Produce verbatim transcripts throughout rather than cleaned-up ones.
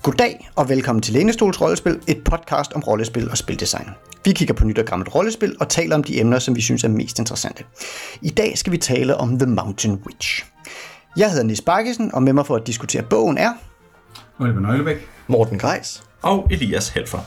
Goddag og velkommen til Lænestols Rollespil, et podcast om rollespil og spildesign. Vi kigger på nyt og gammelt rollespil og taler om de emner, som vi synes er mest interessante. I dag skal vi tale om The Mountain Witch. Jeg hedder Nis Bakkesen, og med mig for at diskutere bogen er... Oliver Nøglebæk, Morten Greis og Elias Helfer.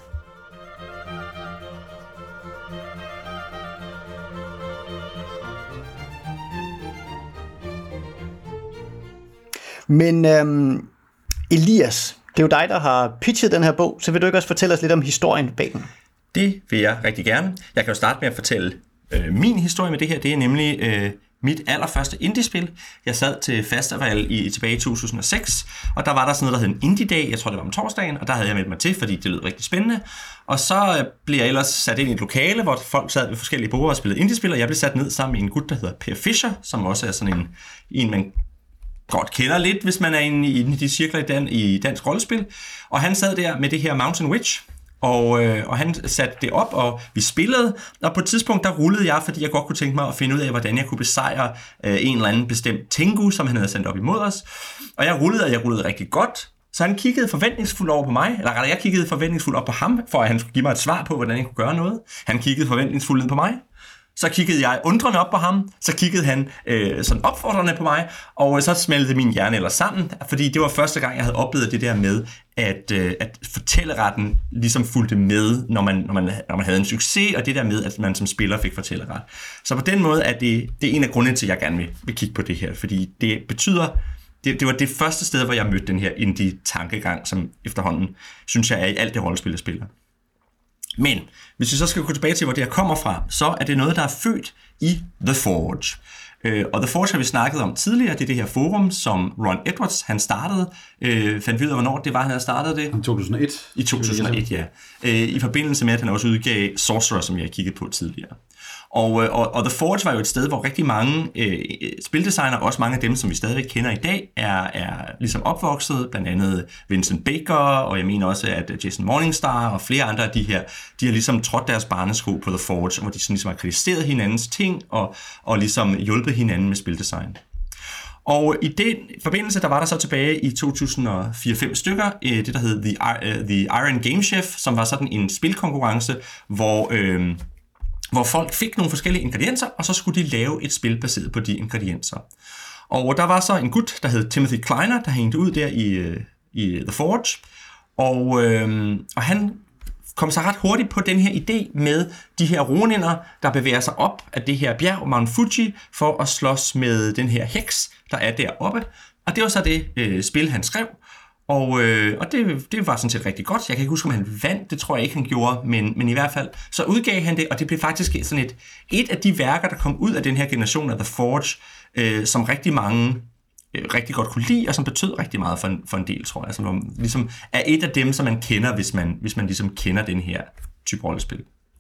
Men øhm, Elias, det er jo dig, der har pitchet den her bog, så vil du ikke også fortælle os lidt om historien bag den? Det vil jeg rigtig gerne. Jeg kan jo starte med at fortælle øh, min historie med det her. Det er nemlig øh, mit allerførste indie-spil. Jeg sad til festival i, tilbage i to tusind og seks, og der var der sådan noget, der hed en indie-dag. Jeg tror, det var om torsdagen, og der havde jeg meldt mig til, fordi det lød rigtig spændende. Og så øh, blev jeg ellers sat ind i et lokale, hvor folk sad ved forskellige borde og spillede indie-spil, og jeg blev sat ned sammen med en gut, der hedder Per Fischer, som også er sådan en, en man godt kender lidt, hvis man er inde i, i de cirkler i, dan, i dansk rollespil. Og han sad der med det her Mountain Witch, og, øh, og han satte det op, og vi spillede, og på et tidspunkt, der rullede jeg, fordi jeg godt kunne tænke mig at finde ud af, hvordan jeg kunne besejre øh, en eller anden bestemt Tengu, som han havde sendt op imod os. Og jeg rullede, og jeg rullede rigtig godt, så han kiggede forventningsfuldt over på mig, eller rettere, jeg kiggede forventningsfuldt op på ham, for at han skulle give mig et svar på, hvordan jeg kunne gøre noget. Han kiggede forventningsfuldt ned på mig. Så kiggede jeg undrende op på ham, så kiggede han øh, sådan opfordrende på mig, og så smeltede min hjerne ellers sammen, fordi det var første gang, jeg havde oplevet det der med, at, øh, at fortælleretten ligesom fulgte med, når man, når, man, når man havde en succes, og det der med, at man som spiller fik fortælleret. Så på den måde er det, det er en af grundene til, at jeg gerne vil, vil kigge på det her, fordi det betyder, det, det var det første sted, hvor jeg mødte den her indie-tankegang, som efterhånden, synes jeg, er i alt det rollespil, jeg spiller. Men hvis vi så skal gå tilbage til, hvor det her kommer fra, så er det noget, der er født i The Forge. Øh, og The Forge har vi snakket om tidligere. Det er det her forum, som Ron Edwards han startede. Øh, fandt vi ud af, hvornår det var, han havde startet det? I to tusind og et. I to tusind og et, ja. Øh, I forbindelse med, at han også udgav Sorcerer, som jeg har kigget på tidligere. Og, og, og The Forge var jo et sted, hvor rigtig mange øh, spildesignere, også mange af dem, som vi stadigvæk kender i dag, er, er ligesom opvokset. Blandt andet Vincent Baker, og jeg mener også, at Jason Morningstar og flere andre af de her, de har ligesom trådt deres barnesko på The Forge, hvor de sådan ligesom har kritiseret hinandens ting og, og ligesom hjulpet hinanden med spildesign. Og i den forbindelse, der var der så tilbage i to tusind og fire fem stykker, det der hed The, The Iron Game Chef, som var sådan en spilkonkurrence, hvor... Øh, hvor folk fik nogle forskellige ingredienser, og så skulle de lave et spil baseret på de ingredienser. Og der var så en gut, der hed Timothy Kleiner, der hængte ud der i, i The Forge, og, øh, og han kom så ret hurtigt på den her idé med de her roninder, der bevæger sig op af det her bjerg, Mount Fuji, for at slås med den her heks, der er deroppe. Og det var så det øh, spil, han skrev. Og, øh, og det, det var sådan set rigtig godt. Jeg kan ikke huske, om han vandt. Det tror jeg ikke, han gjorde. Men, men i hvert fald, så udgav han det, og det blev faktisk sådan et, et af de værker, der kom ud af den her generation af The Forge, øh, som rigtig mange øh, rigtig godt kunne lide, og som betød rigtig meget for en, for en del, tror jeg. Som ligesom er et af dem, som man kender, hvis man, hvis man ligesom kender den her type rollespil.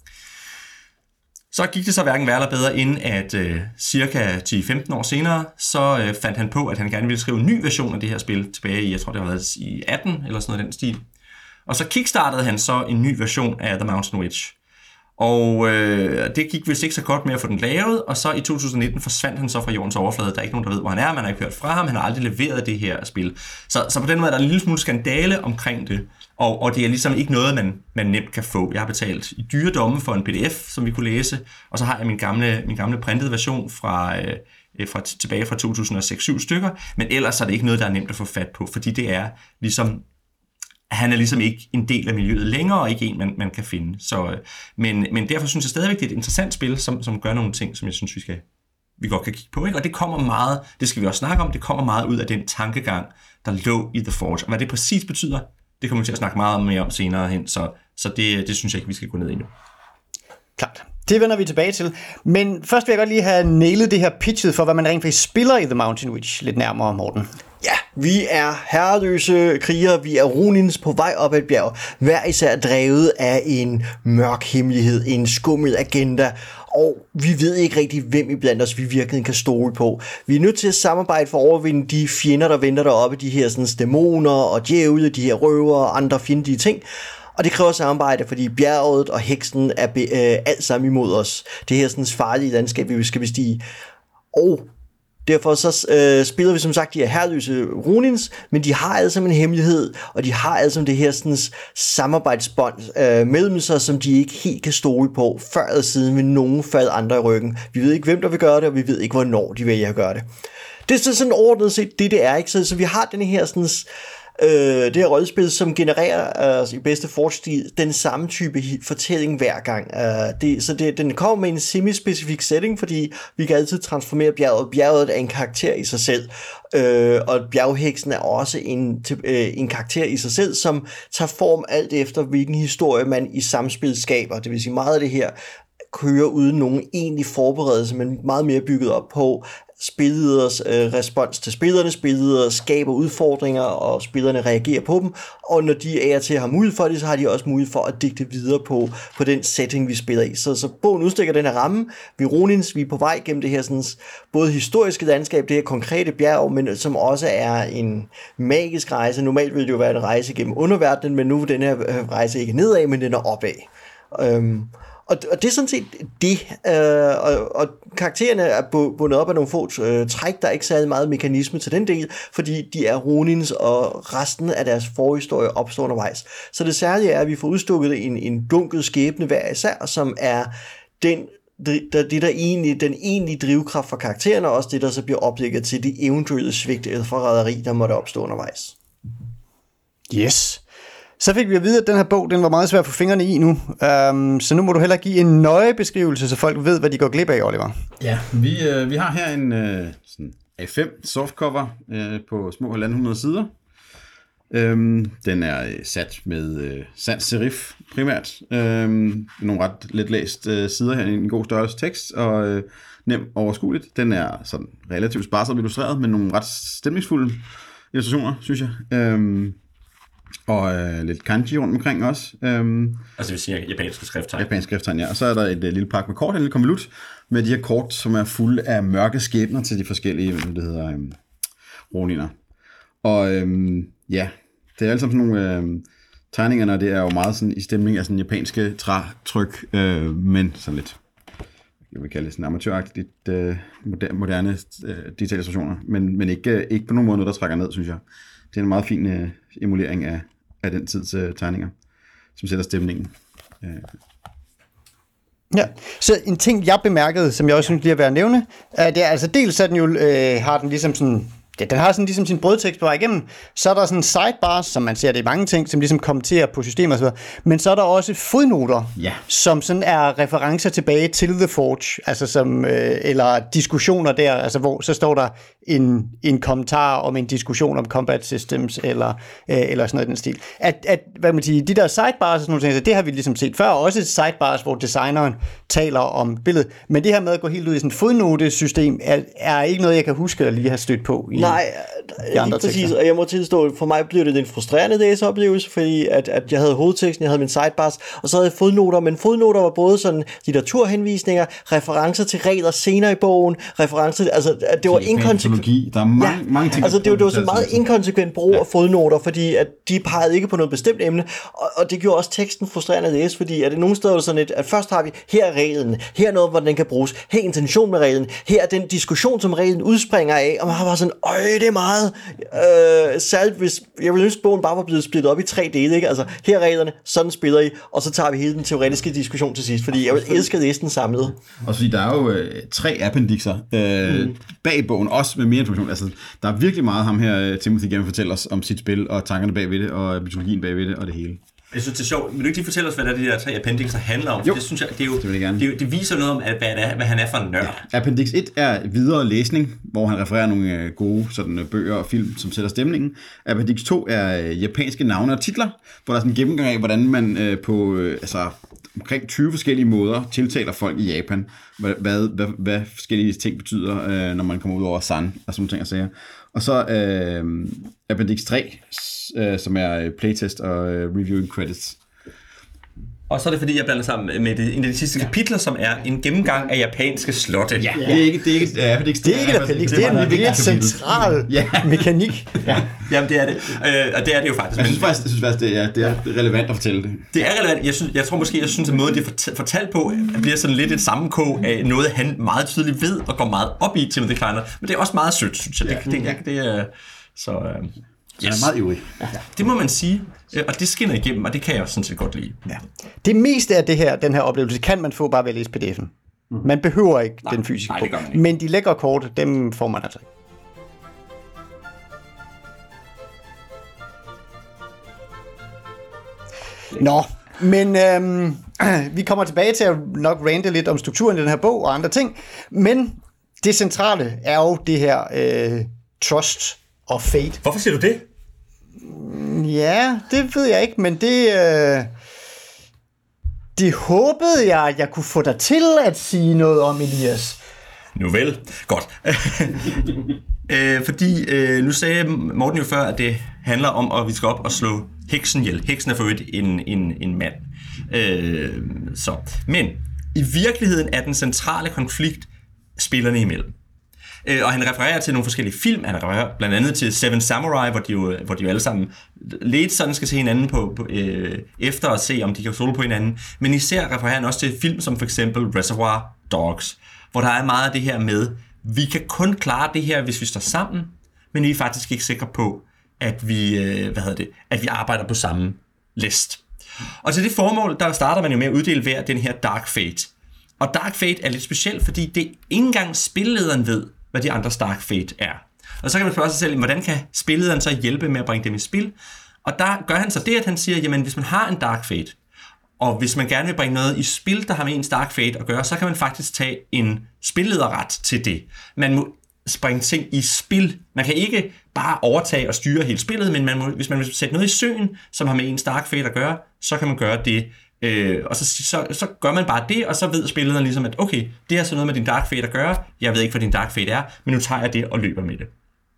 Så gik det så hverken værre eller bedre, inden at øh, cirka ti til femten år senere, så øh, fandt han på, at han gerne ville skrive en ny version af det her spil tilbage i, jeg tror det har været i atten eller sådan noget af den stil. Og så kickstartede han så en ny version af The Mountain Witch. Og øh, det gik vist ikke så godt med at få den lavet, og så i to tusind og nitten forsvandt han så fra jordens overflade. Der er ikke nogen, der ved, hvor han er, man har ikke hørt fra ham, han har aldrig leveret det her spil. Så, så på den måde er der en lille smule skandale omkring det, og, og det er ligesom ikke noget, man, man nemt kan få. Jeg har betalt i dyre domme for en P D F, som vi kunne læse, og så har jeg min gamle, min gamle printede version fra, øh, fra tilbage fra to tusind og seks syv stykker, men ellers er det ikke noget, der er nemt at få fat på, fordi det er ligesom... Han er ligesom ikke en del af miljøet længere, og ikke en, man, man kan finde. Så, men, men derfor synes jeg stadigvæk, det er et interessant spil, som, som gør nogle ting, som jeg synes, vi, skal, vi godt kan kigge på. Ikke? Og det kommer meget, det skal vi også snakke om, det kommer meget ud af den tankegang, der lå i The Forge. Og hvad det præcis betyder, det kommer vi til at snakke meget mere om senere hen, så, så det, det synes jeg ikke, vi skal gå ned i nu. Klart. Det vender vi tilbage til. Men først vil jeg godt lige have nailet det her pitchet for, hvad man rent faktisk spiller i The Mountain Witch lidt nærmere, Morten. Ja, vi er herreløse krigere, vi er runins på vej op ad et bjerg, hver især drevet af en mørk hemmelighed, en skummel agenda, og vi ved ikke rigtig, hvem iblandt os vi virkelig kan stole på. Vi er nødt til at samarbejde for at overvinde de fjender, der venter deroppe, de her sådan, dæmoner og djævle, de her røver og andre fjendtlige ting. Og det kræver samarbejde, fordi bjerget og heksen er be- øh, alt sammen imod os. Det her sådan farlige landskab, vi skal bestige. Og Derfor så øh, spiller vi som sagt de her herreløse Ronins, men de har alle sammen en hemmelighed, og de har alle sammen det her sådan, samarbejdsbånd øh, mellem sig, som de ikke helt kan stole på, før eller siden vil nogen falde andre i ryggen. Vi ved ikke, hvem der vil gøre det, og vi ved ikke, hvornår de vælger at gøre det. Det er sådan overordnet set det, det er, ikke? Så, så vi har den her sådan... Øh, det her rollespil, som genererer altså, i bedste Forge-stil den samme type fortælling hver gang. Uh, det, så det, den kommer med en semi-specifik setting, fordi vi kan altid transformere bjerget. Bjerget er en karakter i sig selv, uh, og bjergheksen er også en, uh, en karakter i sig selv, som tager form alt efter, hvilken historie man i samspil skaber. Det vil sige, meget af det her kører uden nogen egentlig forberedelse, men meget mere bygget op på spilleders øh, respons til spillerne. Spilledere skaber udfordringer, og spillerne reagerer på dem, og når de er til at have mulighed for det, så har de også mulighed for at digte videre på, på den setting, vi spiller i. Så, så bogen udstikker den her ramme. Vi Ronins, vi er på vej gennem det her sådan, både historiske landskab, det her konkrete bjerg, men som også er en magisk rejse. Normalt ville det jo være en rejse gennem underverdenen, men nu er den her rejse ikke nedad, men den er opad. Øhm, Og, og det er sådan set det, øh, og, og karaktererne er bundet op af nogle få øh, træk, der er ikke særlig meget mekanisme til den del, fordi de er Ronins, og resten af deres forhistorie opstår undervejs. Så det særlige er, at vi får udstukket en, en dunkel skæbne hver især, som er den, det, det der egentlig, den egentlige drivkraft for karaktererne, og også det, der så bliver oplægget til de eventuelle svigt eller forræderi, der måtte opstå undervejs. Yes. Så fik vi at vide, at den her bog, den var meget svær at få fingrene i nu. Um, så nu må du hellere give en nøje beskrivelse, så folk ved, hvad de går glip af, Oliver. Ja, vi, øh, vi har her en øh, sådan A fem softcover øh, på små halvanden hundrede sider. Øhm, den er øh, sat med øh, sans serif primært. Øhm, nogle ret let læst øh, sider her, en god størrelse tekst, og øh, nem overskueligt. Den er sådan relativt sparsomt illustreret, med nogle ret stemningsfulde illustrationer, synes jeg. Øhm, og øh, lidt kanji rundt omkring også. Øhm, altså det vil sige japanske skrifttegn. Japanske skrifttegn, ja. Og så er der et uh, lille pakke med kort, en lille konvolut, med de her kort, som er fulde af mørke skæbner til de forskellige, hvad det hedder, øhm, roniner. Og øhm, ja, det er alle sammen sådan nogle øhm, tegningerne, og det er jo meget sådan i stemning af sådan japanske trætryk, øh, men sådan lidt, jeg vil kalde det sådan amatøragtigt, øh, moderne, moderne øh, detalillustrationer, men, men ikke, øh, ikke på nogen måde noget, der trækker ned, synes jeg. Det er en meget fin øh, emulering af, af den tids øh, tegninger, som sætter stemningen. Øh. Ja, så en ting, jeg bemærkede, som jeg også synes lige er værd at nævne, er, det er altså dels, at den jo øh, har den ligesom sådan, ja, den har sådan ligesom sin brødtekst på vej igennem, så er der sådan sidebars, som man ser det i mange ting, som ligesom kommenterer på systemer og så videre, men så er der også fodnoter, Ja. som sådan er referencer tilbage til The Forge, altså som, øh, eller diskussioner der, altså hvor så står der en, en kommentar om en diskussion om combat systems, eller, øh, eller sådan noget i den stil. At, at, hvad man siger, de der sidebars og sådan nogle ting, det har vi ligesom set før, også sidebars, hvor designeren taler om billedet, men det her med at gå helt ud i sådan et fodnotesystem, er, er ikke noget, jeg kan huske at lige have stødt på i Nej, lige præcis, tekster. og jeg må tilstå, for mig blev det en frustrerende læseoplevelse, fordi at, at jeg havde hovedteksten, jeg havde min sidebars, og så havde jeg fodnoter, men fodnoter var både sådan litteraturhenvisninger, referencer til regler senere i bogen, referencer, altså at det var inkonsekvent. Der er mange, ja, mange ting. Altså det, det var så meget inkonsekvent brug af ja. fodnoter, fordi at de pegede ikke på noget bestemt emne, og, og det gjorde også teksten frustrerende at læse, fordi at det nogle steder var sådan et, at først har vi, her er reglen, her er noget, hvordan den kan bruges, her er intention med reglen, her er den diskussion, som reglen udspringer af, og man har bare sådan, øj, det er meget, øh, særligt hvis, jeg ville ønske, bogen bare var blevet splittet op i tre dele, ikke? Altså, her er reglerne, sådan spiller I, og så tager vi hele den teoretiske diskussion til sidst, fordi jeg vil elske at læse den samlet. Og fordi der er jo øh, tre appendixer øh, mm. bag bogen, også med mere information. Altså, der er virkelig meget ham her, Timothy Gammon fortæller os om sit spil, og tankerne bag ved det, og mytologien bag ved det, og det hele. Jeg synes, det er sjovt. Vil du ikke lige fortælle os, hvad det er, de der tre appendixer handler om? Jo, det synes jeg, det, er jo, det, vil jeg gerne. Det, det viser noget om, at, hvad, det er, hvad han er for en nørd. Ja. Appendix et er videre læsning, hvor han refererer nogle gode sådan, bøger og film, som sætter stemningen. Appendix to er japanske navne og titler, hvor der er sådan en gennemgang af, hvordan man øh, på øh, altså, omkring tyve forskellige måder tiltaler folk i Japan. Hvad, hvad, hvad, hvad forskellige ting betyder, øh, når man kommer ud over san og sådan nogle ting og sager. Og så øh, Appendix tre, øh, som er playtest og øh, reviewing credits. Og så er det fordi, jeg blander sammen med det, en af de sidste ja. kapitler, som er en gennemgang af japanske slotte. Ja, det er ikke det er ikke ja, det er ikke det er ikke det, det, det er en virkelig central ja. mekanik. Ja. Jamen det er det, øh, og det er det jo faktisk. Jeg synes faktisk, jeg synes faktisk det, er, det er relevant at fortælle det. Det er relevant. Jeg, synes, jeg tror måske, jeg synes at måden det er fortalt på bliver sådan lidt et sammenkog af noget, han meget tydeligt ved og går meget op i, Timothy Kleiner. Men det er også meget sødt, synes jeg. Det, det, det, det er så. Øh, Yes. Han er meget ivrig. Ja. Det må man sige, og det skinner igennem, og det kan jeg også sådan set godt lide. Ja. Det meste af det her, den her oplevelse kan man få bare ved at læse P D F'en. Mm. Man behøver ikke nej, den fysiske bog. Men de lækre kort, dem får man altså ikke. Nå, men øhm, vi kommer tilbage til at nok rante lidt om strukturen i den her bog og andre ting. Men det centrale er jo det her øh, trust og fate. Hvorfor siger du det? Ja, det ved jeg ikke, men det, øh, det håbede jeg, at jeg kunne få dig til at sige noget om, Elias. Nu vel, godt. øh, fordi øh, nu sagde Morten jo før, at det handler om, at vi skal op og slå heksen ihjel. Heksen er for øvrigt en, en, en mand. Øh, så. Men i virkeligheden er den centrale konflikt spillerne imellem. Og han refererer til nogle forskellige film. Han refererer blandt andet til Seven Samurai, hvor de jo, hvor de jo alle sammen lidt sådan skal se hinanden på, på øh, efter at se, om de kan stole på hinanden. Men især refererer han også til film som for eksempel Reservoir Dogs, hvor der er meget af det her med, vi kan kun klare det her, hvis vi står sammen, men vi er faktisk ikke sikre på, at vi, øh, hvad hedder det, at vi arbejder på samme list. Og til det formål, der starter man jo med at uddele hver den her Dark Fate. Og Dark Fate er lidt specielt, fordi det ikke engang spillederen ved, hvad de andres Dark Fate er. Og så kan man spørge sig selv, hvordan kan spillederen så hjælpe med at bringe dem i spil? Og der gør han så det, at han siger, jamen hvis man har en Dark Fate, og hvis man gerne vil bringe noget i spil, der har med ens Dark Fate at gøre, så kan man faktisk tage en spillederret til det. Man må bringe ting i spil. Man kan ikke bare overtage og styre hele spillet, men man må, hvis man vil sætte noget i søen, som har med ens Dark Fate at gøre, så kan man gøre det. Øh, og så, så, så gør man bare det, og så ved spillederen ligesom, at okay, det har så noget med din Dark Fate at gøre, jeg ved ikke, hvad din Dark Fate er, men nu tager jeg det og løber med det.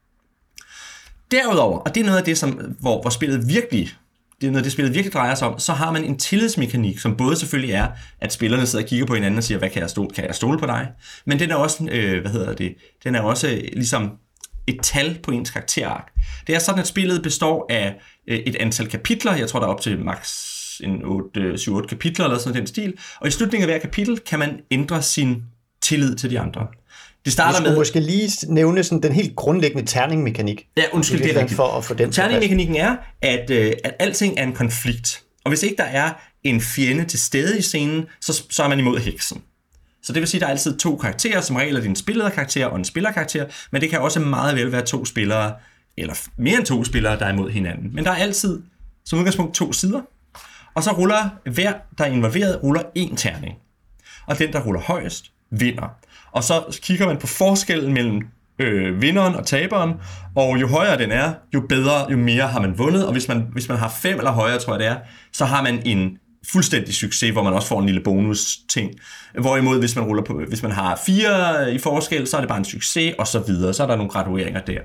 Derudover, og det er noget af det, som, hvor, hvor spillet virkelig, det er noget, det spillet virkelig drejer sig om, så har man en tillidsmekanik, som både selvfølgelig er, at spillerne sidder og kigger på hinanden og siger, hvad kan jeg stole, kan jeg stole på dig? Men den er også, øh, hvad hedder det, den er også ligesom et tal på ens karakterark. Det er sådan, at spillet består af øh, et antal kapitler, jeg tror, der er op til max en syv otte kapitler eller sådan den stil, og i slutningen af hver kapitel kan man ændre sin tillid til de andre. Det starter med... måske lige nævne sådan den helt grundlæggende terningmekanik. Ja, undskyld, det er rigtigt. For at få den terningmekanikken er, at, øh, at alting er en konflikt, og hvis ikke der er en fjende til stede i scenen, så, så er man imod heksen. Så det vil sige, at der er altid to karakterer, som regel er din spillederkarakter og en spillerkarakter, men det kan også meget vel være to spillere, eller mere end to spillere, der er imod hinanden. Men der er altid, som udgangspunkt, to sider, og så ruller hver, der er involveret, ruller en terning. Og den, der ruller højest, vinder. Og så kigger man på forskellen mellem øh, vinderen og taberen, og jo højere den er, jo bedre, jo mere har man vundet. Og hvis man, hvis man har fem eller højere, tror jeg det er, så har man en fuldstændig succes, hvor man også får en lille bonus-ting. Hvorimod, hvis man, ruller på, hvis man har fire i forskel, så er det bare en succes, og så videre. Så er der nogle gradueringer der.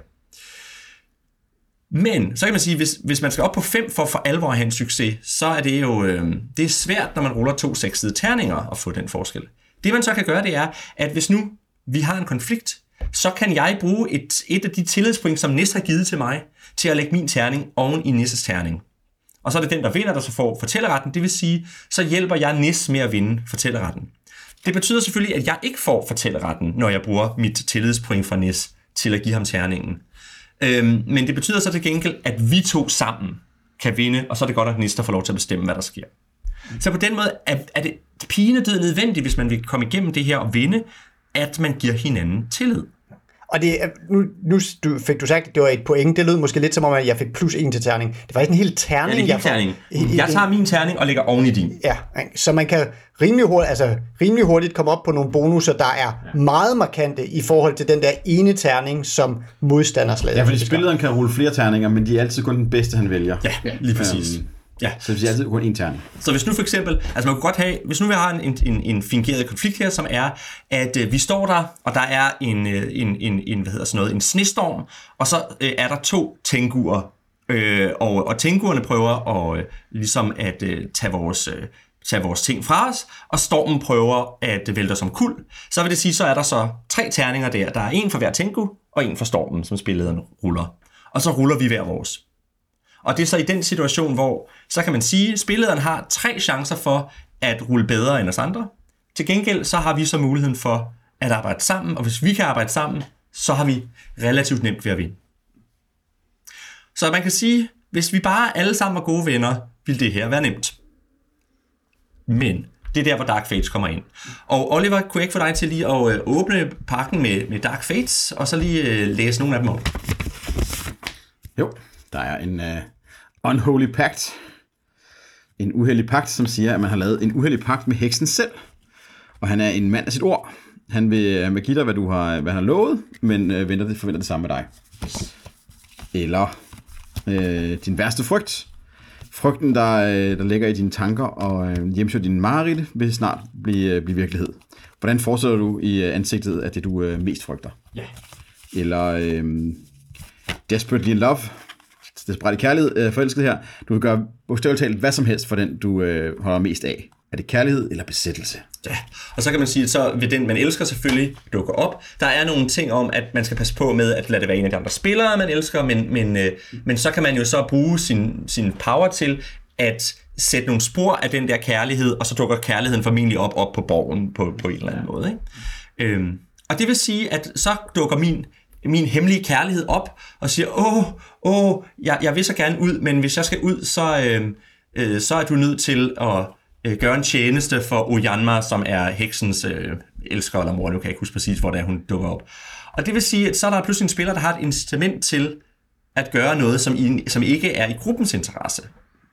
Men, så kan man sige, hvis, hvis man skal op på fem for for alvor at have en succes, så er det jo øh, det er svært, når man ruller to sekssidede terninger at få den forskel. Det man så kan gøre, det er, at hvis nu vi har en konflikt, så kan jeg bruge et, et af de tillidspoint, som Nis har givet til mig, til at lægge min terning oven i Nisses terning. Og så er det den, der vinder, der så får fortælleretten. Det vil sige, så hjælper jeg Nis med at vinde fortælleretten. Det betyder selvfølgelig, at jeg ikke får fortælleretten, når jeg bruger mit tillidspoint fra Nis til at give ham terningen. Øhm, men det betyder så til gengæld, at vi to sammen kan vinde, og så er det godt, at Nis der får lov til at bestemme, hvad der sker. Så på den måde er, er det pinedød nødvendigt, hvis man vil komme igennem det her og vinde, at man giver hinanden tillid. Og det, nu, nu fik du sagt, at det var et point. Det lød måske lidt som om, at jeg fik plus en til terning. Det var ikke en hel terning. Ja, det er en terning. Jeg, jeg tager min terning og lægger oven i din. Ja, så man kan rimelig hurtigt, altså, rimelig hurtigt komme op på nogle bonusser, der er ja. meget markante i forhold til den der ene terning, som modstanderslaget. Ja, fordi spilleren kan rulle flere terninger, men de er altid kun den bedste, han vælger. Ja, lige præcis. Um, Ja. Så det er altid kun en terning. Så hvis nu for eksempel, altså man kunne godt have, hvis nu vi har en, en, en fingeret konflikt her, som er, at øh, vi står der, og der er en, en, en, en hvad hedder sådan noget, en snestorm, og så øh, er der to tenguer, øh, og, og tenguerne prøver at, øh, ligesom at øh, tage vores, øh, tage vores ting fra os, og stormen prøver at vælte os omkuld, så vil det sige, så er der så tre terninger der. Der er en for hver Tengu, og en for stormen, som spillederen ruller. Og så ruller vi hver vores. Og det er så i den situation, hvor, så kan man sige, at spillederen har tre chancer for at rulle bedre end os andre. Til gengæld, så har vi så muligheden for at arbejde sammen, og hvis vi kan arbejde sammen, så har vi relativt nemt ved at vinde. Så man kan sige, hvis vi bare alle sammen var gode venner, ville det her være nemt. Men det er der, hvor Dark Fates kommer ind. Og Oliver, kunne jeg ikke få dig til lige at øh, åbne pakken med, med Dark Fates, og så lige øh, læse nogle af dem op? Jo, der er en uh, unholy pact. En uheldig pagt, som siger, at man har lavet en uheldig pagt med heksen selv. Og han er en mand af sit ord. Han vil, han vil give dig, hvad du har, hvad han har lovet, men øh, venter det, forventer det samme med dig. Eller øh, din værste frygt. Frygten, der, øh, der ligger i dine tanker og øh, hjemsøger din mareridt, vil snart blive, øh, blive virkelighed. Hvordan fortsætter du i øh, ansigtet af det, du øh, mest frygter? Ja. Eller øh, desperately in love. Desperat i kærlighed, øh, forelsket her. Du vil gøre bogstaveligt talt hvad som helst for den, du øh, holder mest af. Er det kærlighed eller besættelse? Ja, og så kan man sige, at så vil den, man elsker, selvfølgelig dukke op. Der er nogle ting om, at man skal passe på med, at lade det være en af de andre spillere, man elsker, men, men, øh, men så kan man jo så bruge sin, sin power til at sætte nogle spor af den der kærlighed, og så dukker kærligheden formentlig op, op på borgen på, på en eller anden måde. Ikke? Øhm, og det vil sige, at så dukker min, min hemmelige kærlighed op og siger, åh, åh, jeg, jeg vil så gerne ud, men hvis jeg skal ud, så, øh, øh, så er du nødt til at gøre en tjeneste for Ojanma, som er heksens øh, elsker eller mor. Nu kan jeg ikke huske præcis, hvor det er, hun dukker op. Og det vil sige, at så er der pludselig en spiller, der har et incitament til at gøre noget, som, i, som ikke er i gruppens interesse.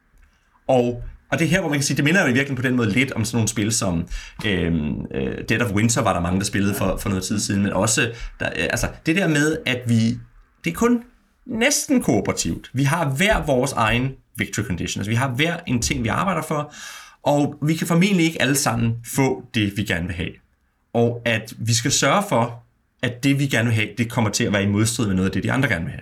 Og, og det er her, hvor man kan sige, det minder jo virkelig på den måde lidt om sådan nogle spil, som øh, Dead of Winter var der mange, der spillede for, for noget tid siden, men også der, altså, det der med, at vi, det er kun næsten kooperativt. Vi har hver vores egen victory condition. Altså, vi har hver en ting, vi arbejder for, og vi kan formentlig ikke alle sammen få det, vi gerne vil have. Og at vi skal sørge for, at det, vi gerne vil have, det kommer til at være i modstrid med noget af det, de andre gerne vil have.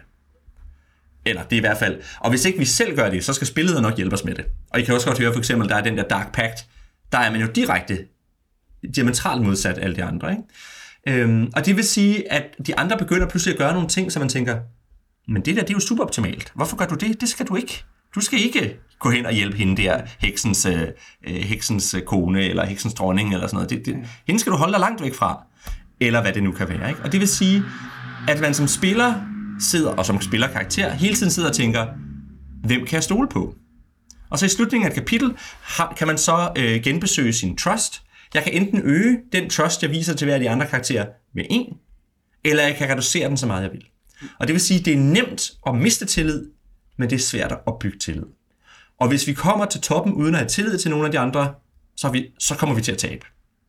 Eller det er i hvert fald. Og hvis ikke vi selv gør det, så skal spillet nok hjælpe os med det. Og I kan også godt høre, for eksempel, der er den der Dark Pact. Der er man jo direkte diametralt modsat alle de andre. Ikke? Øhm, og det vil sige, at de andre begynder pludselig at gøre nogle ting, så man tænker, men det der, det er jo super optimalt. Hvorfor gør du det? Det skal du ikke. Du skal ikke gå hen og hjælpe hende der, heksens, øh, heksens kone, eller heksens dronning, eller sådan noget. Det, det, hende skal du holde dig langt væk fra. Eller hvad det nu kan være. Ikke? Og det vil sige, at man som spiller sidder, og som spillerkarakter, hele tiden sidder og tænker, hvem kan jeg stole på? Og så i slutningen af et kapitel, kan man så øh, genbesøge sin trust. Jeg kan enten øge den trust, jeg viser til hver af de andre karakterer med en, eller jeg kan reducere den så meget, jeg vil. Og det vil sige, at det er nemt at miste tillid, men det er svært at opbygge tillid. Og hvis vi kommer til toppen uden at have tillid til nogle af de andre, så, vi, så kommer vi til at tabe.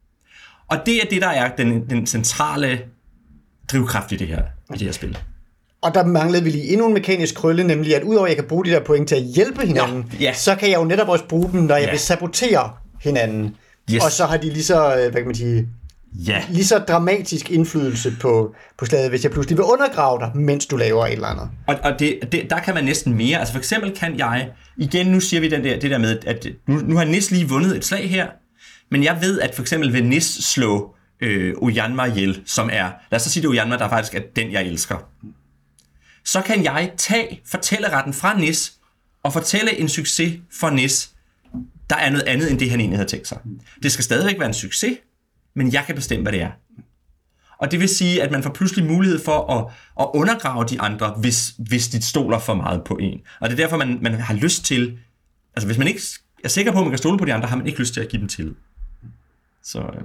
Og det er det, der er den, den centrale drivkraft i det her, i det her spil. Og der manglede vi lige endnu en mekanisk krølle, nemlig at udover at jeg kan bruge de der point til at hjælpe hinanden, ja, ja. så kan jeg jo netop også bruge dem, når jeg ja. vil sabotere hinanden. Yes. Og så har de lige så, hvad kan man sige, ja. lige så dramatisk indflydelse på, på slaget, hvis jeg pludselig vil undergrave dig, mens du laver et eller andet. Og, og det, det, der kan man næsten mere. Altså for eksempel kan jeg, igen nu siger vi den der, det der med, at nu, nu har Nis lige vundet et slag her, men jeg ved, at for eksempel vil Nis slå øh, Ojanma ihjel, som er, lad os så sige det Ojanma, der faktisk er den, jeg elsker. Så kan jeg tage fortælleretten fra Nis og fortælle en succes for Nis, der er noget andet, end det han egentlig havde tænkt sig. Det skal stadigvæk være en succes, men jeg kan bestemme, hvad det er. Og det vil sige, at man får pludselig mulighed for at, at undergrave de andre, hvis, hvis de stoler for meget på en. Og det er derfor, man, man har lyst til, altså hvis man ikke er sikker på, at man kan stole på de andre, har man ikke lyst til at give dem tillid. Så... Øh.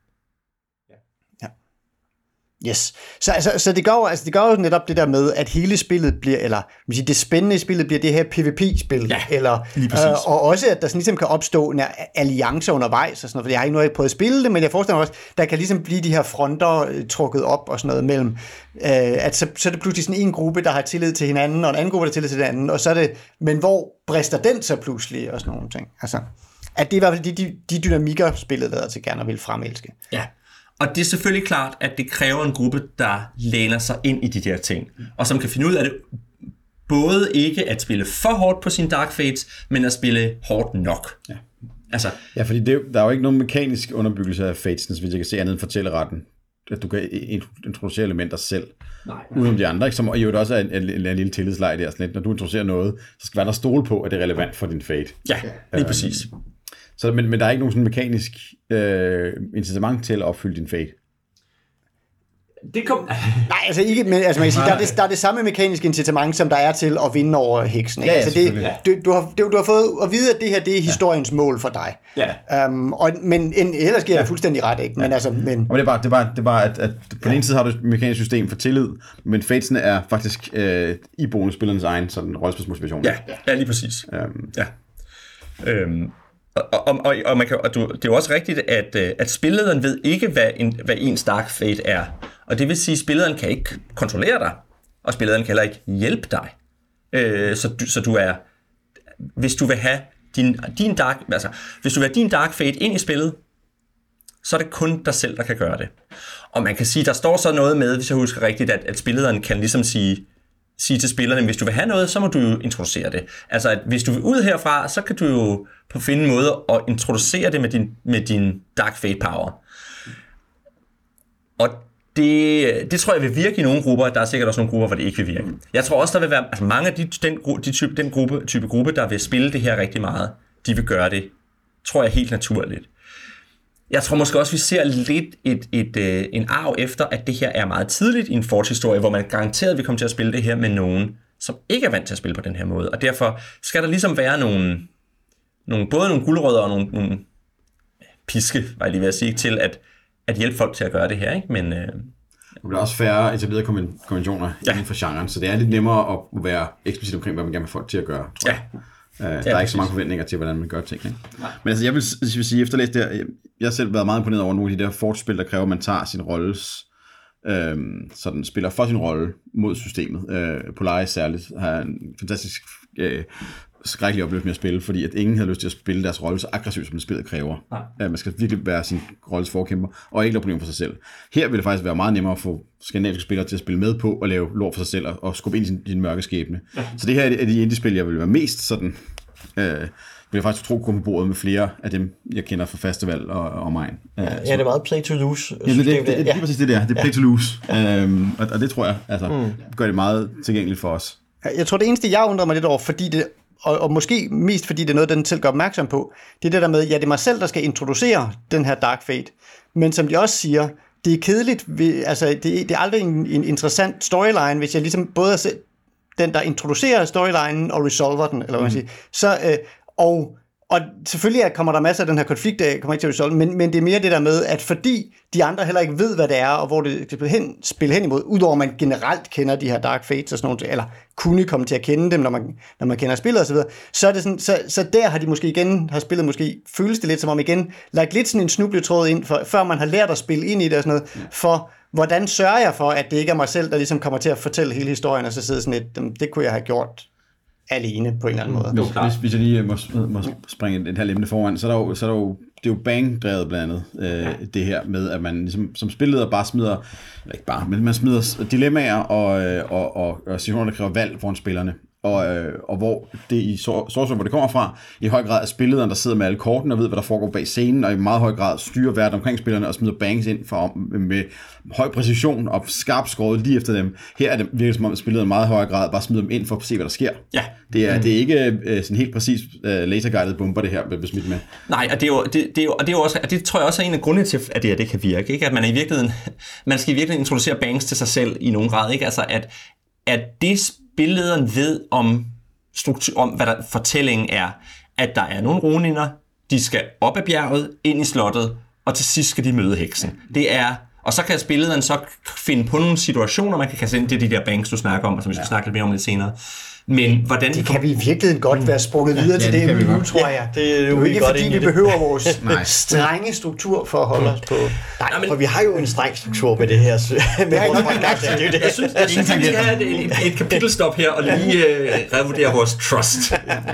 Yes. Så, altså, så det, gør jo, altså, det gør jo netop det der med, at hele spillet bliver, eller sige, det spændende i spillet bliver det her PvP-spil, ja, eller, øh, og også at der sådan ligesom kan opstå en alliance undervejs, og sådan noget, for jeg har ikke noget prøvet at spille det, men jeg forestiller mig også, der kan ligesom blive de her fronter øh, trukket op og sådan noget mellem, øh, at så, så er det pludselig sådan en gruppe, der har tillid til hinanden, og en anden gruppe, der har tillid til den anden, og så er det, men hvor brister den så pludselig, og sådan nogle ting. Altså, at det er i hvert fald de, de, de dynamikker, spillet lader til gerne vil fremelske. Ja. Og det er selvfølgelig klart, at det kræver en gruppe, der læner sig ind i de der ting, og som kan finde ud af det, både ikke at spille for hårdt på sin Dark Fates, men at spille hårdt nok. Ja. Altså, ja, fordi det, der er jo ikke nogen mekanisk underbyggelse af Fates'en, hvis jeg kan se andet end fortælleretten, at du kan introducere elementer selv, Nej. uden de andre, ikke? Som jo også er en, en, en, en lille tillidsleg der, sådan lidt, når du introducerer noget, så skal være der stole på, at det er relevant for din Fate. Ja, lige øh, præcis. Så, men, men der er ikke nogen sådan mekanisk øh, incitament til at opfylde din Fate. Det kom... Nej, altså ikke, men altså man kan sige, der er, det, der er det samme mekaniske incitament, som der er til at vinde over heksen. Ikke? Ja, ja, altså det, du, du, har, du, du har fået at vide, at det her det er historiens ja. mål for dig. Ja. Um, og, men en, ellers giver jeg ja. fuldstændig ret, ikke? Men ja. altså, men... Og det er bare, det er bare, det er bare at, at på den ene side har du et mekanisk system for tillid, men Fates'ene er faktisk øh, i bonusspillernes egen sådan rollespilsmotivation. Ja, ja, lige præcis. Um, ja. Øhm. Og, og, og, og, man kan, og du, det er jo også rigtigt, at, at spillederen ved ikke, hvad, en, hvad ens Dark Fate er. Og det vil sige, at spillederen kan ikke kontrollere dig, og spillederen kan heller ikke hjælpe dig. Øh, så, du, så du er, hvis du vil have din, din Dark, altså, hvis du vil have din Dark Fate ind i spillet, så er det kun dig selv, der kan gøre det. Og man kan sige, der står så noget med, hvis jeg husker rigtigt, at, at spillederen kan ligesom sige, sige til spillerne, hvis du vil have noget, så må du jo introducere det. Altså, at hvis du vil ud herfra, så kan du jo på finde en måde at introducere det med din, med din Dark Fate power. Og det, det tror jeg vil virke i nogle grupper. Der er sikkert også nogle grupper, hvor det ikke vil virke. Jeg tror også, der vil være altså mange af de, den, de type, den gruppe, type gruppe, der vil spille det her rigtig meget, de vil gøre det, tror jeg, helt naturligt. Jeg tror måske også, vi ser lidt et, et, et, en arv efter, at det her er meget tidligt i en forhistorie, hvor man garanteret vil komme til at spille det her med nogen, som ikke er vant til at spille på den her måde. Og derfor skal der ligesom være nogle, nogle både nogle guldrødder og nogle, nogle piske, var jeg lige ved at sige, til at, at hjælpe folk til at gøre det her. Ikke? Men, øh, det bliver også færre etablerede konventioner ja. inden for genren, så det er lidt nemmere at være eksplicit omkring, hvad man gerne vil folk til at gøre. Tror jeg. Ja. Uh, der er ikke så mange forventninger til, hvordan man gør ting. Ikke? Men altså, jeg vil, jeg vil sige, efter læst der, jeg har selv været meget imponeret over nogle af de der fortspil, der kræver, at man tager sin rolles, øh, sådan spiller for sin rolle mod systemet. Øh, Polaris særligt har en fantastisk øh, skrækkelig oplevelse med at spille, fordi at ingen havde lyst til at spille deres rolle så aggressivt, som spillet kræver. Uh, man skal virkelig være sin rolles forkæmper, og ikke lave problemer for sig selv. Her vil det faktisk være meget nemmere at få skandinaviske spillere til at spille med på, og lave lort for sig selv, og, og skubbe ind i sin, sin mørke skæbne. Ja. Så det her er de indie-spil, jeg vil være mest sådan... Øh, vil jeg faktisk tro komme på bordet med flere af dem, jeg kender fra festival og, og mig. Ja, ja, det er meget play to lose. Ja, det, det, det, det, det er præcis det der. Det er play to lose. Ja. Øhm, og, og det tror jeg, altså, mm. gør det meget tilgængeligt for os. Jeg tror, det eneste, jeg undrer mig lidt over, fordi det, og, og måske mest fordi det er noget, den selv gør opmærksom på, det er det der med, ja, det er mig selv, der skal introducere den her Dark Fate. Men som de også siger, det er kedeligt, altså det, det er aldrig en, en interessant storyline, hvis jeg ligesom både er den, der introducerer storylinen og resolver den, eller hvad man siger. Så, øh, og, og selvfølgelig kommer der masser af den her konflikt, der kommer ikke til at resolve, men, men det er mere det der med, at fordi de andre heller ikke ved, hvad det er, og hvor det skal hen, spille hen imod, udover at man generelt kender de her Dark Fates og sådan noget, eller kunne komme til at kende dem, når man, når man kender spillet og så videre, så er det sådan, så, så der har de måske igen, har spillet måske, føles det lidt som om igen, lagt lidt sådan en snubletråd ind, for, før man har lært at spille ind i det og sådan noget, for hvordan sørger jeg for, at det ikke er mig selv, der ligesom kommer til at fortælle hele historien, og så sidder sådan lidt, det kunne jeg have gjort alene på en eller anden måde. Hvis, hvis, hvis jeg lige må, må springe et her emne foran, så er der jo, så er der jo det er jo bang-drevet blandt andet, øh, det her med, at man ligesom, som spilleder bare smider, eller ikke bare, men man smider dilemmaer og, og, og, og situationer, der kræver valg foran spillerne. Og, øh, og hvor det i Sorcerer, hvor det kommer fra, i høj grad er spillederen, der sidder med alle kortene og ved, hvad der foregår bag scenen, og i meget høj grad styrer verden omkring spillerne og smider bangs ind for, med høj præcision og skarpt skåret lige efter dem. Her er det virkelig som om, spillederen i meget høj grad bare smider dem ind for at se, hvad der sker. Ja. Det er, mm. det er ikke øh, sådan helt præcis øh, laserguided bomber, det her bliver smidt med. Nej, og det er jo, det, det er jo, og det er jo også, og det tror jeg også er en af grundene til, at det her det kan virke, ikke? At man i virkeligheden, man skal i virkeligheden introducere bangs til sig selv i nogen grad, ikke? Altså at, at det spillederen ved om struktur, om hvad der fortællingen er, at der er nogle runiner, de skal op ad bjerget, ind i slottet, og til sidst skal de møde heksen. Det er, og så kan spillederen så finde på nogle situationer, man kan kaste ind, det er de der banks, du snakker om, og som vi skal ja. snakke lidt mere om lidt senere. Men hvordan det kan vi i virkeligheden godt være sprunget videre ja, til det, det nu, tror jeg. Ja, det er jo ikke, fordi vi behøver vores strenge struktur for at holde os på. Nej, men, for vi har jo en streng struktur med det her. Med vores podcast. Det er det. Jeg synes, jeg synes, at vi skal have et, et, et kapitelstop her, og lige uh, revurdere vores trust.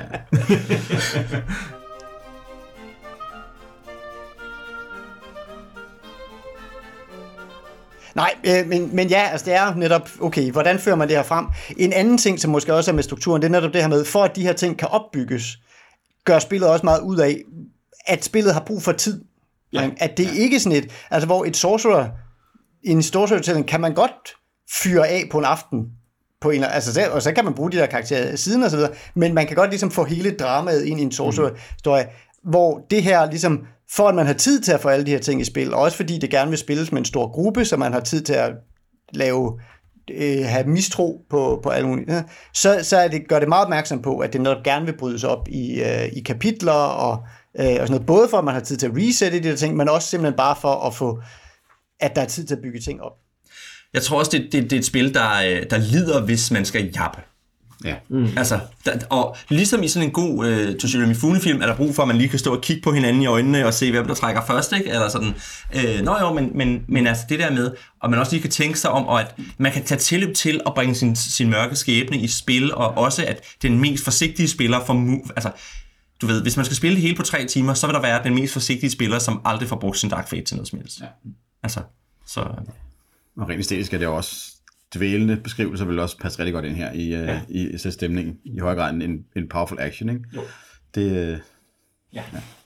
Nej, øh, men, men ja, altså det er netop, okay, hvordan fører man det her frem? En anden ting, som måske også er med strukturen, det er netop det her med, for at de her ting kan opbygges, gør spillet også meget ud af, at spillet har brug for tid. Ja. At det ikke sådan et, altså hvor et sorcerer, en sorcerer kan man godt fyre af på en aften, på en, altså, og så kan man bruge de der karakterer siden og så videre, men man kan godt ligesom få hele dramaet ind i en sorcerer-historie, mm. hvor det her ligesom, for at man har tid til at få alle de her ting i spil, og også fordi det gerne vil spilles med en stor gruppe, så man har tid til at lave, øh, have mistro på, på alle mulige, så, så er det, gør det meget opmærksom på, at det netop gerne vil brydes op i, øh, i kapitler, og, øh, og sådan noget, både for at man har tid til at resette de der ting, men også simpelthen bare for at få, at der er tid til at bygge ting op. Jeg tror også, det, det, det er et spil, der, der lider, hvis man skal jappe. Ja. Mm. Altså, der, og ligesom i sådan en god uh, Toshiro Mifune-film, er der brug for, at man lige kan stå og kigge på hinanden i øjnene og se, hvem der trækker først, ikke? Eller sådan. Øh, nå jo, men, men, men altså det der med, og man også lige kan tænke sig om, og at man kan tage tilløb til at bringe sin, sin mørke skæbne i spil, og også at den mest forsigtige spiller får... Altså, du ved, hvis man skal spille det hele på tre timer, så vil der være den mest forsigtige spiller, som aldrig får brugt sin Dark Fate til noget som helst. Ja. Altså, så... Og rent æstetisk er det også dvælende beskrivelser, vil også passe rigtig godt ind her i, ja. uh, i, i stemningen, i højere grad end en, en powerful action, ikke? Jo. Det, uh, ja. ja.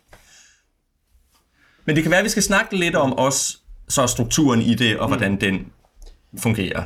Men det kan være, at vi skal snakke lidt om også så strukturen i det, og hvordan mm. den fungerer.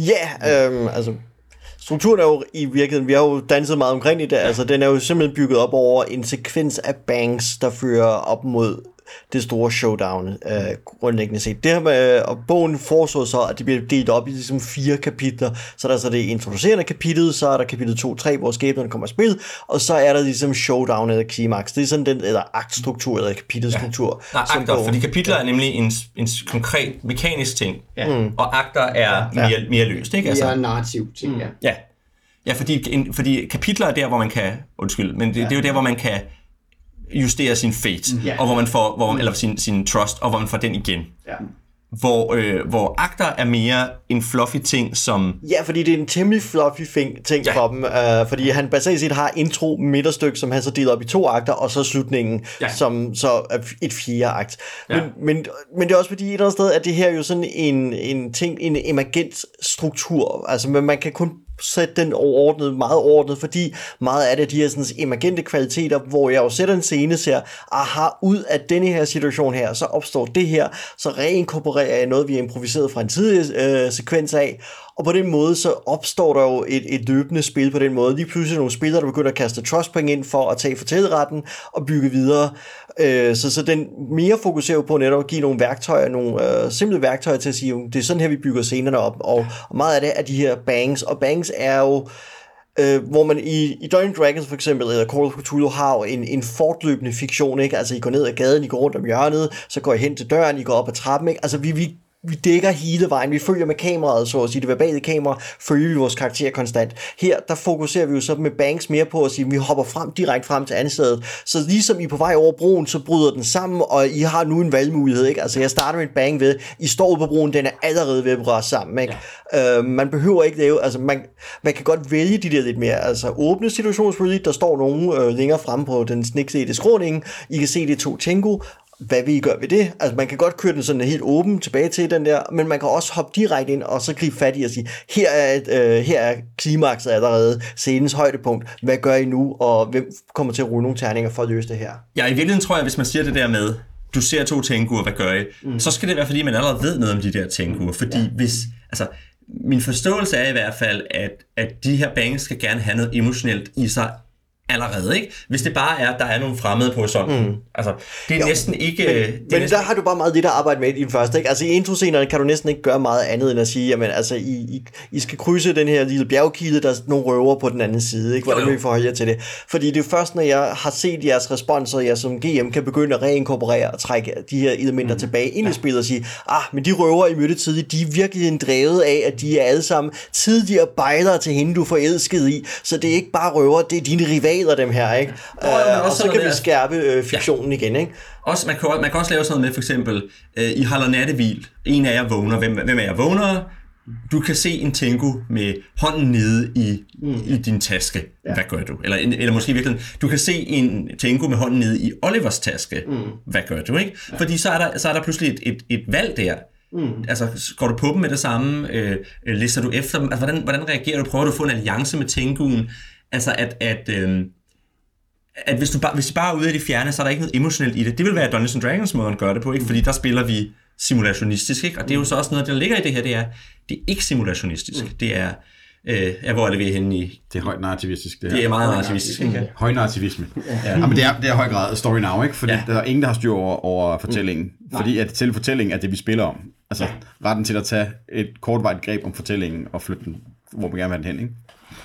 Ja, øhm, altså strukturen er jo i virkeligheden, vi har jo danset meget omkring i det, altså den er jo simpelthen bygget op over en sekvens af bangs, der fører op mod det store showdown, øh, grundlæggende set. Det her med, og bogen foreslår så, at det bliver delt op i ligesom fire kapitler. Så der er så det introducerende kapitel, så er der kapitel to tre, hvor skæbnerne kommer i spil, og så er der ligesom showdown eller climax. Det er sådan den, eller aktstruktur, eller kapitelstruktur. Ja. Nej, akter, bogen, fordi kapitler ja. er nemlig en, en konkret mekanisk ting, ja. mm. og akter er ja. mere, mere løst, ikke? Altså, mere narrativ ting, ja. Ja, ja fordi, en, fordi kapitler er der, hvor man kan, undskyld, men det, ja. det er jo der, hvor man kan justere sin fate, mm. og hvor man får, hvor man, eller sin, sin trust, og hvor man får den igen. Ja. Hvor, øh, hvor akter er mere en fluffy ting, som... Ja, fordi det er en temmelig fluffy ting ja. for dem, øh, fordi han basalt set har intro, midterstykke, som han så deler op i to akter, og så slutningen, ja. som så er et fjerde akt. Ja. Men, men, men det er også fordi et eller andet sted, at det her er jo sådan en, en ting, en emergent struktur, altså men man kan kun sætte den overordnet, meget overordnet, fordi meget af det er de her sådan emergente kvaliteter, hvor jeg jo sætter en scene, ser, aha, ud af denne her situation her, så opstår det her, så reinkorporerer jeg noget, vi har improviseret fra en tidligere øh, sekvens af, og på den måde, så opstår der jo et, et løbende spil på den måde. Lige pludselig nogle spillere, der begynder at kaste trustpoint ind for at tage fortælleretten og bygge videre. Øh, så, så den mere fokuserer på netop at give nogle værktøjer, nogle øh, simple værktøjer til at sige, det er sådan her, vi bygger scenerne op. Og, og meget af det er de her bangs, og bangs er jo Øh, hvor man i, i Dungeons Dragons for eksempel, eller Call of Cthulhu, har jo en, en fortløbende fiktion, ikke? Altså I går ned ad gaden, I går rundt om hjørnet, så går I hen til døren, I går op ad trappen, ikke? Altså vi, vi Vi dækker hele vejen, vi følger med kameraet, så at sige, det verbale kamera, følger vi vores karakter konstant. Her, der fokuserer vi jo så med bangs mere på at sige, at vi hopper frem, direkte frem til anstedet. Så ligesom I er på vej over broen, så bryder den sammen, og I har nu en valgmulighed, ikke? Altså jeg starter med en bang ved, I står ude på broen, den er allerede ved at bryde sammen, ikke? Ja. Øh, man behøver ikke lave, altså man, man kan godt vælge de der lidt mere, altså åbne situationspolitik, der står nogen øh, længere fremme på den sniksete skråning, I kan se det to Tengu. Hvad vil I gøre ved det? Altså man kan godt køre den sådan helt åben tilbage til den der, men man kan også hoppe direkte ind og så gribe fat i og sige, her er, et, øh, her er klimakset allerede, scenens højdepunkt, hvad gør I nu, og hvem kommer til at rulle nogle terninger for at løse det her? Ja, i virkeligheden tror jeg, hvis man siger det der med, du ser to Tenguer, hvad gør I? Mm. Så skal det være, fordi man allerede ved noget om de der Tenguer, fordi ja. hvis, altså min forståelse er i hvert fald, at, at de her bangs skal gerne have noget emotionelt i sig, allerede, ikke? Hvis det bare er, at der er nogle fremmede på sådan. Mm. Altså, det er jo, næsten ikke... Men, det er men næsten... der har du bare meget lidt at arbejde med i den første, ikke? Altså i introscenerne kan du næsten ikke gøre meget andet end at sige, jamen altså, I, I, I skal krydse den her lille bjergkilde, der er nogle røver på den anden side, ikke? Hvordan vil I forholde jer til det? Fordi det er først, når jeg har set jeres responser, jeg som G M kan begynde at reinkorporere og trække de her elementer mm. tilbage ind i spillet og sige, ah, men de røver, I mødte tidligt, de er virkelig drevet af, at de er alle sammen tidligere bejlere til hende, du forelskede i, så det er ikke bare røver, det er dine rivaler, dem her, ikke? Ja. Oh, øh, og så kan vi skærpe øh, fiktionen ja. igen, ikke? Også, man, kan, man kan også lave sådan noget med, for eksempel, øh, I holder nattehvil, en af jer vågner, hvem, hvem er jer vågner? Du kan se en Tengu med hånden nede i, mm. i din taske. Ja. Hvad gør du? Eller, eller måske virkelig, du kan se en Tengu med hånden nede i Olivers taske. Mm. Hvad gør du, ikke? Ja. Fordi så er, der, så er der pludselig et, et, et valg der. Mm. Altså, går du på dem med det samme? Øh, lister du efter dem? Altså, hvordan, hvordan reagerer du? Prøver du at få en alliance med Tenguen? Altså, at... at øh, at hvis du bare, hvis du bare er ude af de fjerne, så er der ikke noget emotionelt i det. Det vil være Dungeons and Dragons måden at gøre det på, ikke? Fordi der spiller vi simulationistisk, ikke? Og det er jo så også noget, der ligger i det her, det er, det er ikke simulationistisk. Mm. Det er, øh, er, hvor er det ved henne i... Det er højt narrativistisk, det her. Det er meget narrativistisk, ikke? Høj narrativisme. Ja. Ja, men det er, det er høj grad story now, ikke? Fordi ja. Der er ingen, der har styr over, over fortællingen. Mm. Fordi at til fortællingen er det, vi spiller om. Altså ja. Retten til at tage et kortvarigt greb om fortællingen og flytte den, hvor vi gerne vil have den hen, ikke?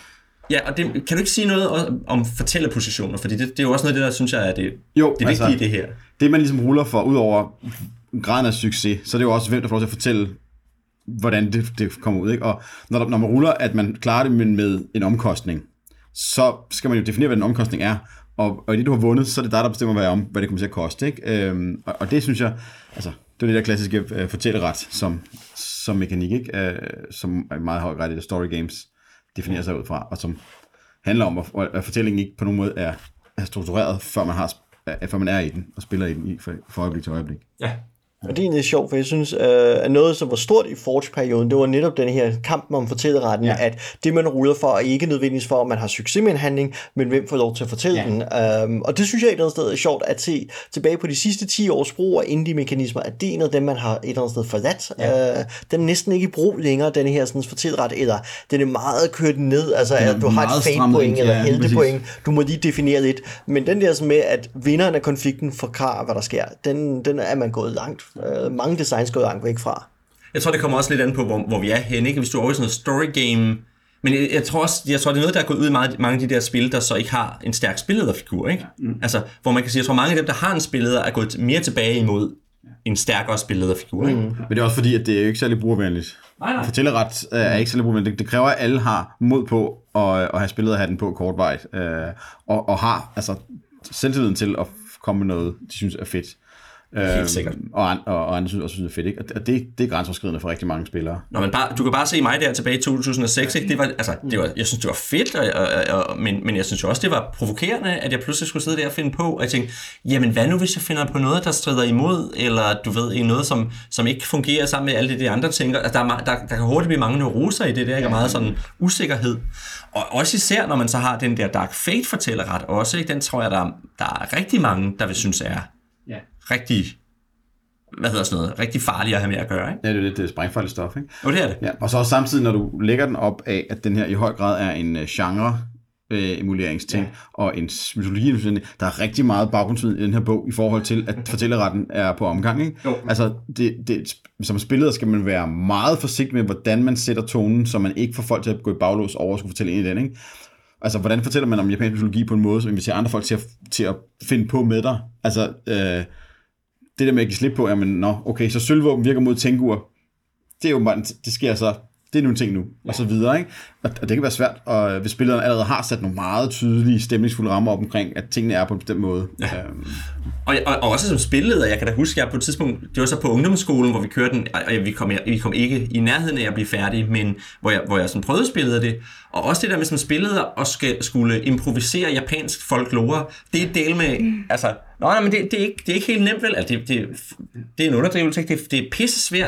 Ja, og det, kan du ikke sige noget om, om fortællerpositioner? Fordi det, det er jo også noget af det, der synes jeg er det, jo, det vigtige altså, i det her. Det, man ligesom ruller for, ud over graden af succes, så er det jo også, hvem der får lov til at fortælle, hvordan det, det kommer ud, ikke? Og når, der, når man ruller, at man klarer det med, med en omkostning, så skal man jo definere, hvad den omkostning er. Og, og i det, du har vundet, så er det dig, der bestemmer, hvad, om, hvad det kommer til at koste, ikke? Øhm, og, og det synes jeg, altså, det er det der klassiske uh, fortælleret som, som mekanik, ikke? Uh, som er meget høj grad i det story games definerer sig ud fra, og som handler om, at, at fortællingen ikke på nogen måde er, er struktureret, før man, har, før man er i den og spiller i den i, for, for øjeblik til øjeblik. Ja. Og det er egentlig sjovt, for jeg synes, at noget, som var stort i Forge-perioden, det var netop den her kamp om fortælleretten, ja. At det, man ruller for, er ikke nødvendigvis for, at man har succes med en handling, men hvem får lov til at fortælle ja. Den. Um, og det synes jeg et eller andet sted er sjovt at se tilbage på de sidste ti års brug af indie-mekanismer, at det er en af dem, man har et eller andet sted forladt. Ja. Uh, den er næsten ikke i brug længere, den her sådan, fortælleret, eller den er meget kørt ned, altså at du har et fate-point eller ja, helte-point, du må lige definere lidt. Men den der sådan med, at vinderen af konflikten forklarer, hvad der sker, den, den er man gået langt. Uh, mange designs går langt væk fra. Jeg tror, det kommer også lidt an på, hvor, hvor vi er henne, ikke? Hvis du er over i sådan noget story game. Men jeg, jeg tror også, jeg tror, det er noget, der er gået ud i meget, mange af de der spil, der så ikke har en stærk spillederfigur, ikke? Mm. Altså, hvor man kan sige, jeg tror, mange af dem, der har en spilleder, er gået mere tilbage imod en stærkere spillederfigur, ikke? Mm. Men det er også fordi, at det er jo ikke særlig brugervenligt. Nej, nej. Fortælleret er ikke særlig brugervenligt. Det kræver, at alle har mod på at, at have spillederhatten på kortvejt, øh, og, og har altså selvtilliden til at komme med noget, de synes er fedt. Helt sikkert. Øhm, og, og, og andre synes også, det er fedt, ikke? Og det, det er grænseoverskridende for rigtig mange spillere. Nå, men bare, du kan bare se mig der tilbage i to tusind og seks, ikke? Det var, altså, det var, jeg synes, det var fedt, og, og, og, men, men jeg synes også, det var provokerende, at jeg pludselig skulle sidde der og finde på, og jeg tænkte, jamen hvad nu, hvis jeg finder på noget, der strider imod, eller du ved, noget, som, som ikke fungerer sammen med alle de andre ting. Altså, der, der, der kan hurtigt blive mange neuroser i det der, ikke? Og meget sådan usikkerhed. Og også især, når man så har den der Dark Fate-fortælleret også, ikke? Den tror jeg, der, der er rigtig mange, der vil synes er ja. Rigtig, hvad hedder sådan noget, rigtig farligt at have med at gøre, ikke? Ja, det er lidt det sprængfarligt stof, ikke? Jo, det er det. Ja, og så også samtidig, når du lægger den op af, at den her i høj grad er en uh, genre øh, emuleringsting, ja. Og en mytologi, der er rigtig meget baggrundsviden i den her bog, i forhold til, at fortælleretten er på omgang, ikke? Jo. Altså, det, det, som spiller skal man være meget forsigtig med, hvordan man sætter tonen, så man ikke får folk til at gå i baglås over og skulle fortælle ind i den, ikke? Altså, hvordan fortæller man om japansk mytologi på en måde, som inviterer andre folk til at, til at finde på med dig? Altså, øh, det der med at give slip på, jamen, nå, okay, så sølvvåben virker mod tenguer. Det er jo bare, det sker så, det er nogle ting nu, ja. Og så videre, ikke? Og, og det kan være svært, og hvis spilleren allerede har sat nogle meget tydelige, stemningsfulde rammer op omkring, at tingene er på en bestemt måde. Ja. Øhm. Og, og, og også som spilleder, jeg kan da huske, jeg på et tidspunkt, det var så på ungdomsskolen, hvor vi kørte den, og vi kom, vi kom ikke i nærheden af at blive færdige, men hvor jeg, hvor jeg sådan prøvede at spille det, og også det der med som spilleder og skal, skulle improvisere japansk folklore, det er del med, mm. altså, nå, nej, men det, det, er ikke, det er ikke helt nemt, vel? Altså, det, det, det er en underdrivelse, ikke? Det, det er pisse svært.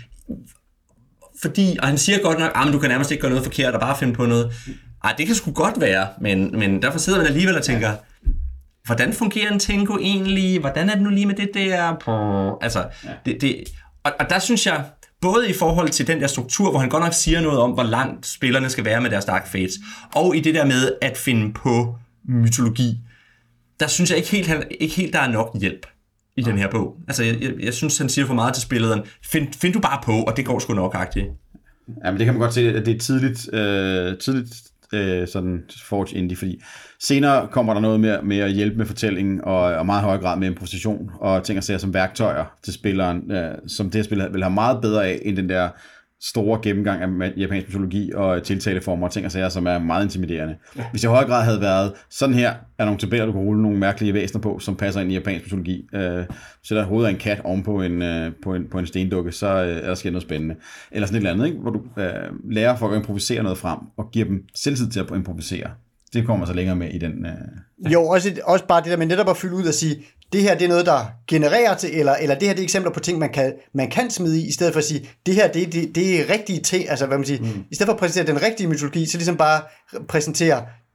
Fordi, og han siger godt nok, at du kan nærmest ikke gøre noget forkert og bare finde på noget. Ej, det kan sgu godt være, men, men derfor sidder man alligevel og tænker, hvordan fungerer en tango egentlig? Hvordan er det nu lige med det der? Altså, det, det, og, og der synes jeg, både i forhold til den der struktur, hvor han godt nok siger noget om, hvor langt spillerne skal være med deres Dark Fates, og i det der med at finde på mytologi, der synes jeg ikke helt, han, ikke helt der er nok hjælp i den her bog. Altså, jeg, jeg, jeg synes, han siger for meget til spillederen. Find, find du bare på, og det går sgu nok-agtigt. Ja, men det kan man godt se, at det er tidligt, øh, tidligt øh, sådan Forge Indie, fordi senere kommer der noget mere med at hjælpe med fortællingen, og, og meget højere grad med improvisation, og ting og sager som værktøjer til spilleren, øh, som det her spil vil have meget bedre af, end den der store gennemgang af japansk mytologi og tiltaleformer og ting og sager, som er meget intimiderende. Ja. Hvis det i højere grad havde været, sådan her er nogle tabeller, du kan rulle nogle mærkelige væsener på, som passer ind i japansk mytologi, øh, sætter hovedet af en kat oven på en, øh, på en, på en stendukke, så øh, er der sket noget spændende. Eller sådan et eller andet, ikke? Hvor du øh, lærer folk at improvisere noget frem, og giver dem selvtid til at improvisere. Det kommer så længere med i den... Øh... Jo, også, også bare det der med netop at fylde ud og sige, det her det er noget, der genererer til, eller, eller det her det er eksempler på ting, man kan, man kan smide i, i stedet for at sige, det her det, det, det er rigtige ting, altså hvad man siger, mm. i stedet for at præsentere den rigtige mytologi, så ligesom bare præsentere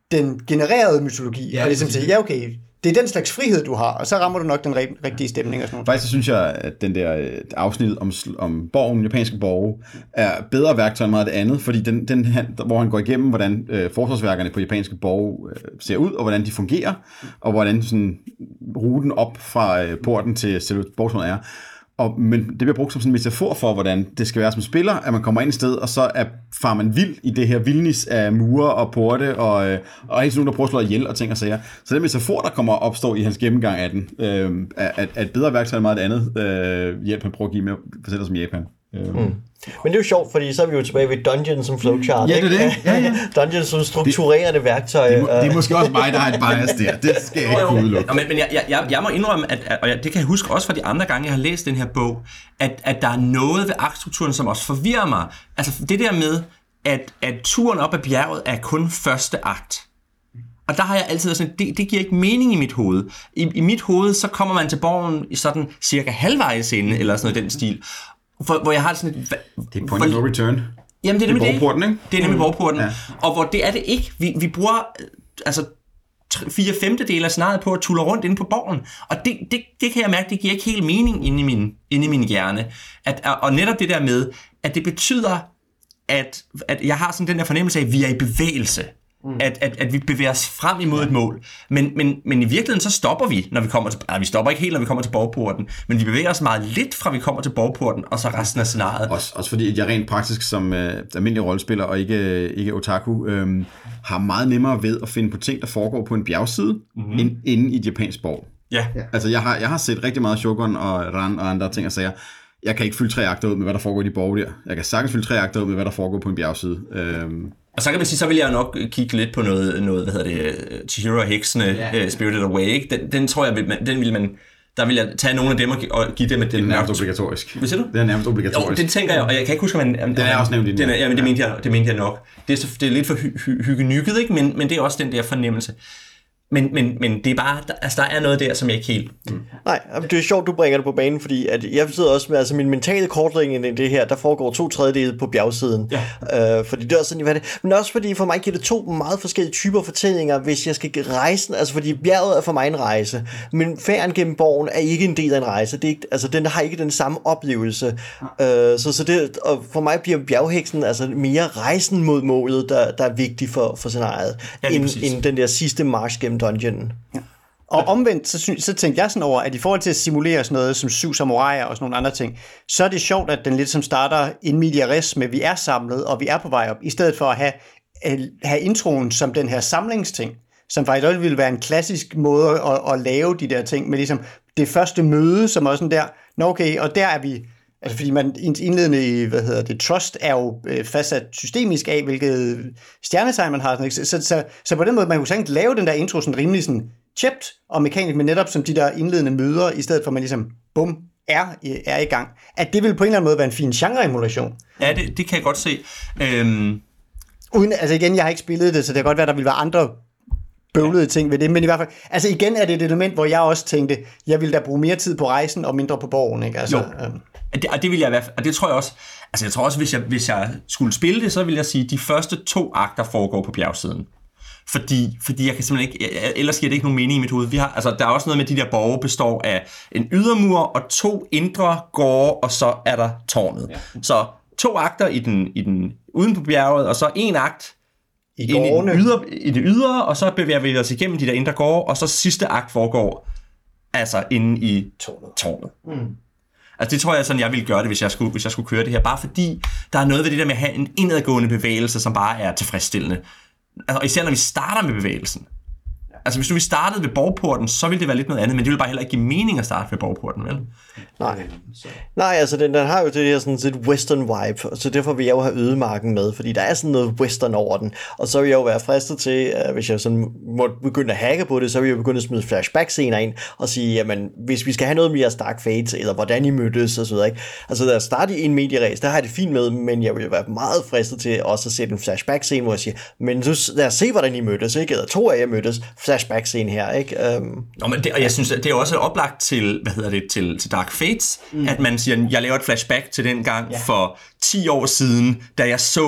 den genererede mytologi, Ja, og ligesom det- sige, ja okay, det er den slags frihed, du har, og så rammer du nok den rig- rigtige stemning og sådan noget. Faktisk så synes jeg, at den der øh, afsnit om, om borgen, japanske borge, er bedre værktøj end meget af det andet, fordi den, den, han, hvor han går igennem, hvordan øh, forsvarsværkerne på japanske borge øh, ser ud, og hvordan de fungerer, og hvordan sådan, ruten op fra øh, porten til selve borgsmålet er. Og, men det bliver brugt som sådan en metafor for, hvordan det skal være som spiller, at man kommer ind et sted, og så er, far man vild i det her vildnis af mure og porte, og, øh, og helt sådan nogen, der prøver at slå ihjel og ting og sager. Så den metafor, der kommer opstår i hans gennemgang af den, øh, er, er et bedre værktøj end meget andet øh, hjælp, han prøver at give med, for eksempel som Japan. Øh. Mm. Men det er jo sjovt, fordi så er vi jo tilbage ved Dungeons som flowchart. Ja, det er ikke? det. Ja, ja. Dungeons som strukturerende værktøj. Det, det, må, det er måske også mig, der har et bias der. Det skal jeg ikke kunne udelukke. Nå, men, men jeg, jeg, jeg må indrømme, at, at, og jeg, det kan jeg huske også fra de andre gange, jeg har læst den her bog, at, at der er noget ved aktstrukturen, som også forvirrer mig. Altså det der med, at, at turen op ad bjerget er kun første akt. Og der har jeg altid været sådan, det, det giver ikke mening i mit hoved. I, I mit hoved, så kommer man til borgen i sådan cirka halvvejs inde, eller sådan noget i den stil. For, hvor jeg har sådan et... Det er point of no return. Jamen, det er Det er nemlig borgporten, ikke? Det er nemlig borgporten. Ja. Og hvor det er det ikke. Vi, vi bruger øh, altså tre, fire femtedele af scenariet på at tulle rundt inde på borgen. Og det, det, det kan jeg mærke, det giver ikke helt mening inde i min, inde i min hjerne. At, og netop det der med, at det betyder, at, at jeg har sådan den der fornemmelse af, at vi er i bevægelse. Mm. At, at, at vi bevæger os frem imod et mål. Men, men, men i virkeligheden så stopper vi, når vi kommer til... Altså, vi stopper ikke helt, når vi kommer til borgporten, men vi bevæger os meget lidt fra, vi kommer til borgporten, og så resten af scenariet. Også, også fordi jeg rent praktisk som øh, almindelig rollespiller, og ikke, ikke otaku, øh, har meget nemmere ved at finde på ting, der foregår på en bjergside, mm-hmm. end inde i et japansk borg. Ja. Altså, jeg har, jeg har set rigtig meget Shogun og Ran og andre ting og sager. Jeg kan ikke fylde tre akter ud med, hvad der foregår i de borge der. Jeg kan sagtens fylde tre akter ud med, hvad der foregår på en bjergside. Øhm. Og så kan man sige, så vil jeg nok kigge lidt på noget, noget hvad hedder det, Chihiro og Heksene, yeah. uh, Spirited Away, ikke? Den, den tror jeg, vil man, den vil man, der vil jeg tage nogle af dem og, og give dem et... Det er nærmest obligatorisk. Hvad siger du? Det er nærmest obligatorisk. Jo, det tænker jeg, og jeg kan ikke huske, om man... Den er også nævnt i den. den er, ja, men det, mente jeg, det mente jeg nok. Det er, så, det er lidt for hy, hy, hyggenykket, ikke? Men, men det er også den der fornemmelse. Men, men, men det er bare, der, altså der er noget der, som jeg ikke helt... Mm. Nej, det er sjovt, du bringer det på banen, fordi at jeg sidder også med, altså min mentale kortlægning i det her, der foregår to tredjedele på bjergsiden. Ja. Øh, fordi det er også sådan, hvad det. Men også fordi for mig giver det to meget forskellige typer fortællinger, hvis jeg skal rejse, altså fordi bjerget er for mig en rejse, men færden gennem borgen er ikke en del af en rejse. Det er ikke, altså den har ikke den samme oplevelse. Øh, så, så det, og for mig bliver bjergheksen altså mere rejsen mod målet, der, der er vigtig for, for scenariet, ja, end, end den der sidste march gennem dungeonen. Ja. Og omvendt, så, synes, så tænkte jeg sådan over, at i forhold til at simulere sådan noget som syv samuraier og sådan nogle andre ting, så er det sjovt, at den lidt som starter in media res med, vi er samlet, og vi er på vej op, i stedet for at have, have introen som den her samlingsting, som faktisk også ville være en klassisk måde at, at lave de der ting, med ligesom det første møde, som også sådan der, nå okay, og der er vi... Altså fordi man indledende i, hvad hedder det, trust er jo øh, fastsat systemisk af, hvilket stjernetegn man har. Sådan, så, så, så, så på den måde, man kunne sagtens lave den der intro sådan rimelig sådan chipt og mekanisk, men netop som de der indledende møder, i stedet for at man ligesom, bum, er, er i gang. At det vil på en eller anden måde være en fin genre-emulation. Ja, det, det kan jeg godt se. Øhm... Uden, altså igen, jeg har ikke spillet det, så det kan godt være, der vil være andre bøvlede ting ved det, men i hvert fald, altså igen er det et element, hvor jeg også tænkte, jeg ville da bruge mere tid på rejsen og mindre på borgen, ikke? Altså, jo. Øhm. Det, og det vil jeg i hvert fald, og det tror jeg også, altså jeg tror også, hvis jeg, hvis jeg skulle spille det, så vil jeg sige, at de første to akter foregår på bjergsiden. Fordi, fordi jeg kan simpelthen ikke, jeg, ellers giver det ikke nogen mening i mit hoved. Vi har, altså der er også noget med, de der borge består af en ydermur og to indre gårde, og så er der tårnet. Ja. Så to akter i den, i den, uden på bjerget, og så en akt i, i, den ydre, i det ydre, og så bevæger vi os igennem de der indre gårde, og så sidste akt foregår altså inde i tårnet. tårnet. Mm. Altså det tror jeg sådan, jeg ville gøre det, hvis jeg skulle, hvis jeg skulle køre det her. Bare fordi der er noget ved det der med at have en indadgående bevægelse, som bare er tilfredsstillende. Altså, især når vi starter med bevægelsen. Altså hvis nu vi startede ved borgporten, så ville det være lidt noget andet, men det ville bare heller ikke give mening at starte ved borgporten, vel? Nej, Nej altså den, den har jo det her sådan et western vibe, så derfor vil jeg jo have ødemarken med, fordi der er sådan noget western over den, og så vil jeg jo være fristet til, uh, hvis jeg sådan måtte begynde at hacke på det, så vil jeg begynde at smide flashback-scener ind, og sige, jamen hvis vi skal have noget mere Stark Fate, eller hvordan I mødtes, og så videre, ikke? Altså der starte i en medieræs, der har jeg det fint med, men jeg vil være meget fristet til også at sætte en flashback-scene, hvor jeg siger, men nu lad os se, hvordan I mødtes, ikke? Eller to af jer mødtes, flashback-scene her, ikke? Um, Nå, men det, og jeg synes, det er også oplagt til, hvad hedder det, til, til Dark Fates, mm. at man siger, jeg laver et flashback til den gang ja. for ti år siden, da jeg så